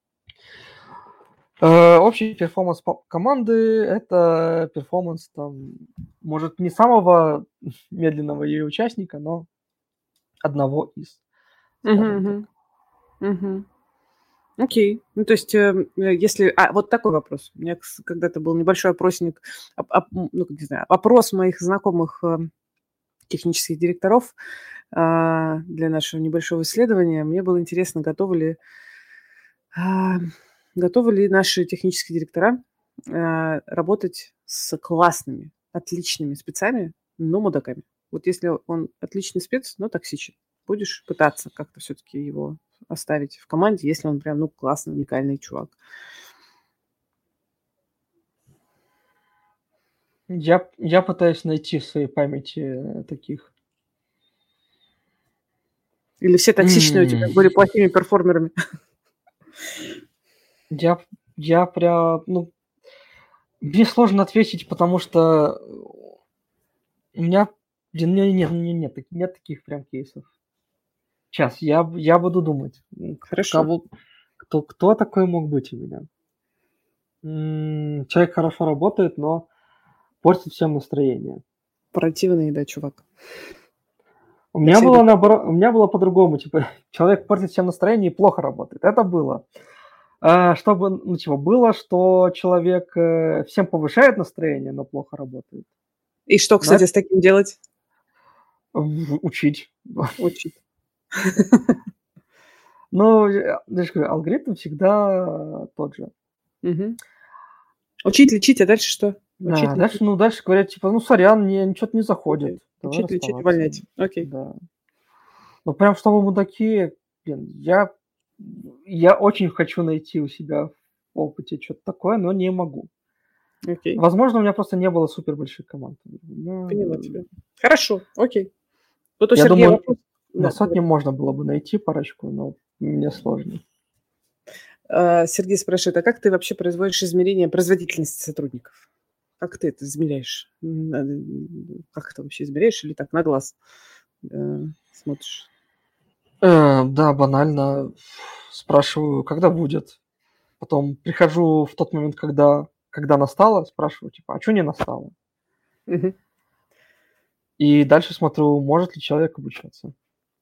общий перформанс команды – это перформанс, там, может, не самого медленного ее участника, но одного из, скажем так. Окей. Ну, то есть, если... вот такой вопрос. У меня когда-то был небольшой опросник, ну, не знаю, опрос моих знакомых технических директоров для нашего небольшого исследования. Мне было интересно, готовы ли наши технические директора работать с классными, отличными спецами, но мудаками. Вот если он отличный спец, но токсичен, будешь пытаться как-то все-таки его оставить в команде, если он прям, классный, уникальный чувак. Я пытаюсь найти в своей памяти таких. Или все токсичные у тебя были плохими перформерами? Я прям, мне сложно ответить, потому что у меня нет таких прям кейсов. Сейчас, я буду думать. Хорошо. Кто такой мог быть у меня? Человек хорошо работает, но портит всем настроение. Противный, да, чувак. У меня было наоборот, у меня было по-другому. Типа, человек портит всем настроение и плохо работает. Это было. Чтобы, было, что человек всем повышает настроение, но плохо работает. И что, кстати, с таким делать? Учить. Учить. Ну, я же говорю, алгоритм всегда тот же. Учить, лечить, а дальше что? Да, дальше говорят, типа, сорян, ничего не заходит. Учить, лечить, увольнять. Окей. Да. Ну, прям чтобы мудаки, я очень хочу найти у себя в опыте что-то такое, но не могу. Окей. Возможно, у меня просто не было супер больших команд. Поняла тебя. Хорошо, окей. Вот у Я Сергея думаю, вопрос. на сотню можно было бы найти парочку, но мне сложно. Сергей спрашивает, а как ты вообще производишь измерение производительности сотрудников? Как ты это измеряешь? Как это вообще измеряешь или так на глаз смотришь? Да, банально. Спрашиваю, когда будет. Потом прихожу в тот момент, когда настало, спрашиваю, типа, а что не настало? И дальше смотрю, может ли человек обучаться.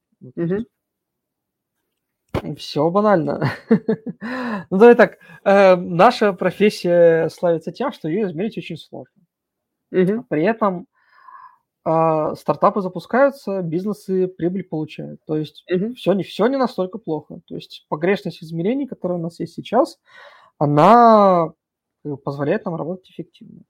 Все банально. Ну, давай так. Наша профессия славится тем, что ее измерить очень сложно. При этом стартапы запускаются, бизнесы прибыль получают. То есть все не настолько плохо. То есть погрешность измерений, которая у нас есть сейчас, она позволяет нам работать эффективно.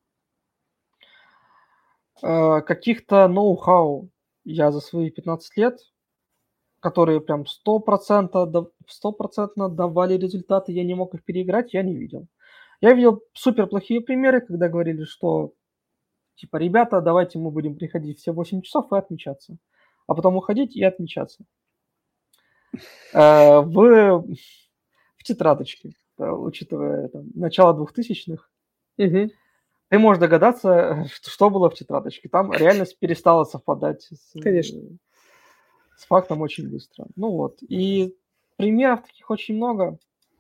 Каких-то ноу-хау я за свои 15 лет, которые прям 100% давали результаты, я не мог их переиграть, я не видел. Я видел супер плохие примеры, когда говорили, что типа, ребята, давайте мы будем приходить все 8 часов и отмечаться. А потом уходить и отмечаться. В тетрадочке, учитывая начало 2000-х, ты можешь догадаться, что было в тетрадочке. Там реальность перестала совпадать с фактом очень быстро. И примеров таких очень много.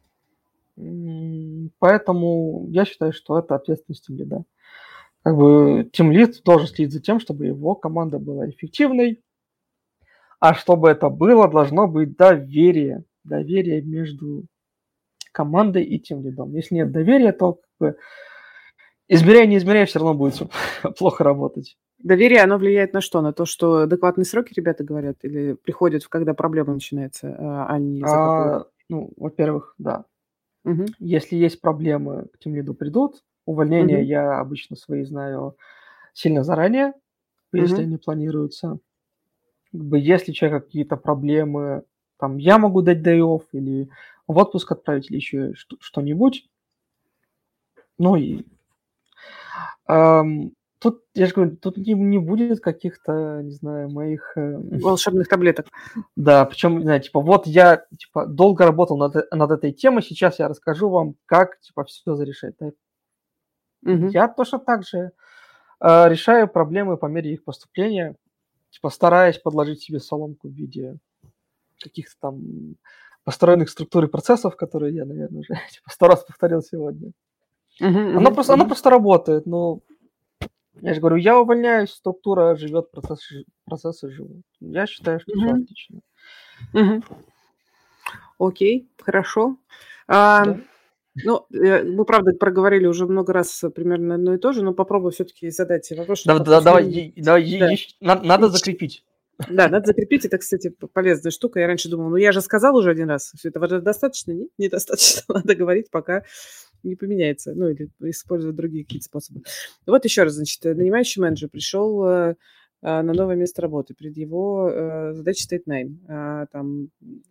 Поэтому я считаю, что это ответственность тимлида. Как бы тимлид должен следить за тем, чтобы его команда была эффективной, а чтобы это было, должно быть доверие между командой и тимлидом. Если нет доверия, то как бы не измеряя, все равно будет плохо работать. Доверие, оно влияет на что? На то, что адекватные сроки ребята говорят или приходят, когда проблема начинается, а не закапывают? Во-первых, да. Если есть проблемы, к тимлиду придут. Увольнения я обычно свои знаю сильно заранее, если они планируются. Если у человека какие-то проблемы, там, я могу дать day-off или в отпуск отправить, или еще что-нибудь. То Тут, я же говорю, тут не будет каких-то, не знаю, моих... Волшебных таблеток. Да, причем, не знаю, типа, вот я, типа, долго работал над этой темой, сейчас я расскажу вам, как, типа, все зарешать. Да? Я точно так же решаю проблемы по мере их поступления, типа, стараясь подложить себе соломку в виде каких-то там построенных структур и процессов, которые я, наверное, уже типа, 100 раз повторил сегодня. Оно просто работает, но я же говорю, я увольняюсь, структура живет, процессы живут. Я считаю, что все отлично. Окей, хорошо. Да. Ну, мы, правда, проговорили уже много раз примерно одно и то же, но попробую все-таки задать вопрос. Давай, надо закрепить. Да, надо закрепить. Это, кстати, полезная штука. Я раньше думала, я же сказал уже один раз, все это достаточно? Нет, недостаточно. Надо говорить, пока не поменяется. Или использовать другие какие-то способы. Вот еще раз, значит, нанимающий менеджер пришел на новое место работы. Перед его задачей стоит найм. Там,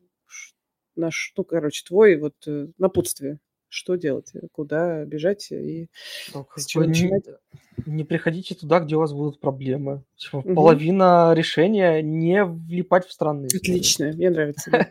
твой вот напутствие. Что делать? Куда бежать и с чего начинать? Не приходите туда, где у вас будут проблемы. Половина решения не влипать в странные. Отлично, мне нравится.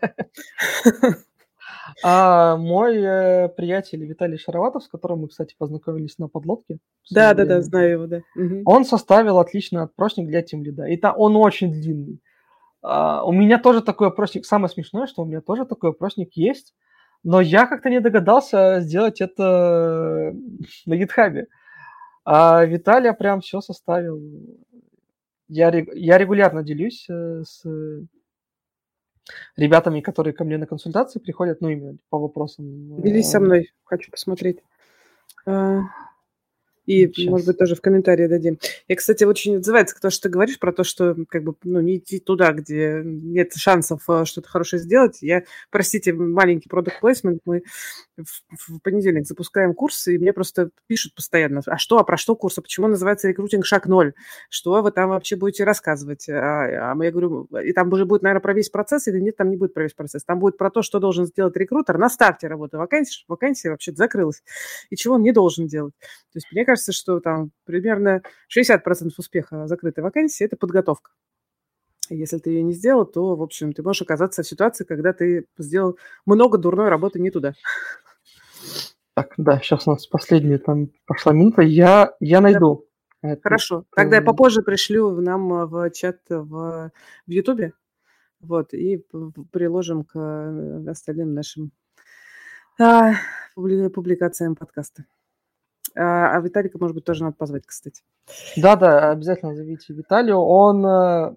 А мой приятель Виталий Шароватов, с которым мы, кстати, познакомились на подлодке. Да, знаю его, да. Он составил отличный опросник для тимлида. И он очень длинный. У меня тоже такой опросник. Самое смешное, что у меня тоже такой опросник есть. Но я как-то не догадался сделать это на GitHub. А Виталий прям все составил. Я регулярно делюсь с ребятами, которые ко мне на консультации приходят, именно по вопросам. Делись со мной, хочу посмотреть. И, сейчас, может быть, тоже в комментарии дадим. Я, кстати, очень отзывается то, что ты говоришь про то, что не идти туда, где нет шансов что-то хорошее сделать. Простите, маленький product placement. Мы в понедельник запускаем курс, и мне просто пишут постоянно, про что курс, почему называется рекрутинг шаг 0, что вы там вообще будете рассказывать. Я говорю, и там уже будет, наверное, про весь процесс, или нет, там не будет про весь процесс. Там будет про то, что должен сделать рекрутер на старте работы. Вакансия вообще закрылась. И чего он не должен делать. То есть, мне кажется, что там примерно 60% успеха закрытой вакансии – это подготовка. Если ты ее не сделал, то, в общем, ты можешь оказаться в ситуации, когда ты сделал много дурной работы не туда. Так, да, сейчас у нас последняя пошла минута. Я найду. Да. Хорошо. Тогда я попозже пришлю нам в чат в Ютубе. Вот, и приложим к остальным нашим публикациям подкаста. А Виталика, может быть, тоже надо позвать, кстати. Да, обязательно зовите Виталию. Он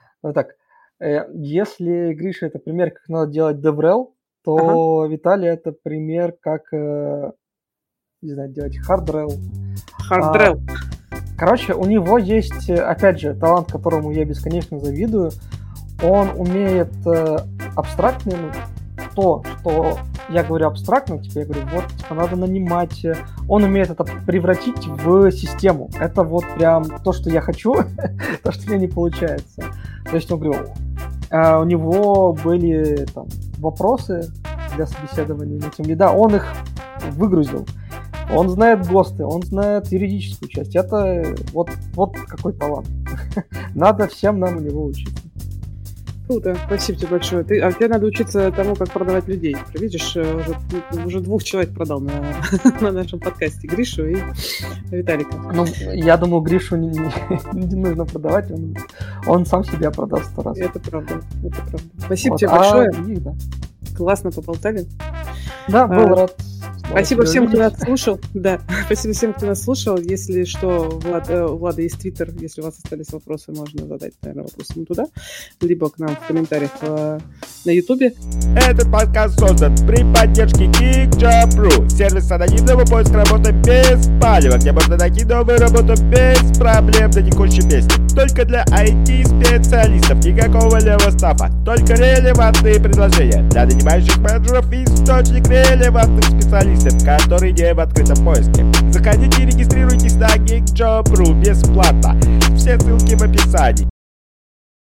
если Гриша это пример, как надо делать DevRel, то Виталий это пример, как делать HardRel. HardRel. Короче, у него есть, опять же, талант, которому я бесконечно завидую. Он умеет абстрактно, то, что я говорю абстрактно, я говорю, надо нанимать. Он умеет это превратить в систему. Это прям то, что я хочу, то, что у меня не получается. То есть, он говорил, у него были вопросы для собеседования на тимлида, он их выгрузил. Он знает ГОСТы, он знает юридическую часть. Это вот какой талант. Надо всем нам у него учиться. Круто, спасибо тебе большое. Тебе надо учиться тому, как продавать людей. Видишь, уже 2 человек продал на нашем подкасте. Гришу и Виталика. Я думаю, Гришу не нужно продавать. Он сам себя продаст 100 раз. Это правда. Спасибо тебе большое. Классно поболтали. Да, был рад. Спасибо всем, кто нас слушал. Да, спасибо всем, кто нас слушал. Если что, у Влада есть Твиттер. Если у вас остались вопросы, можно задать, наверное, вопросы туда. Либо к нам в комментариях на Ютубе. Этот подкаст создан при поддержке GeekJob.ru, сервис анонимного поиска работы без палева, где можно найти новую работу без проблем на текущем месте. Только для IT-специалистов, никакого левого стафа, только релевантные предложения для нанимающих менеджеров и источник релевантных специалистов, которые не в открытом поиске. Заходите и регистрируйтесь на GeekJob.ru бесплатно. Все ссылки в описании.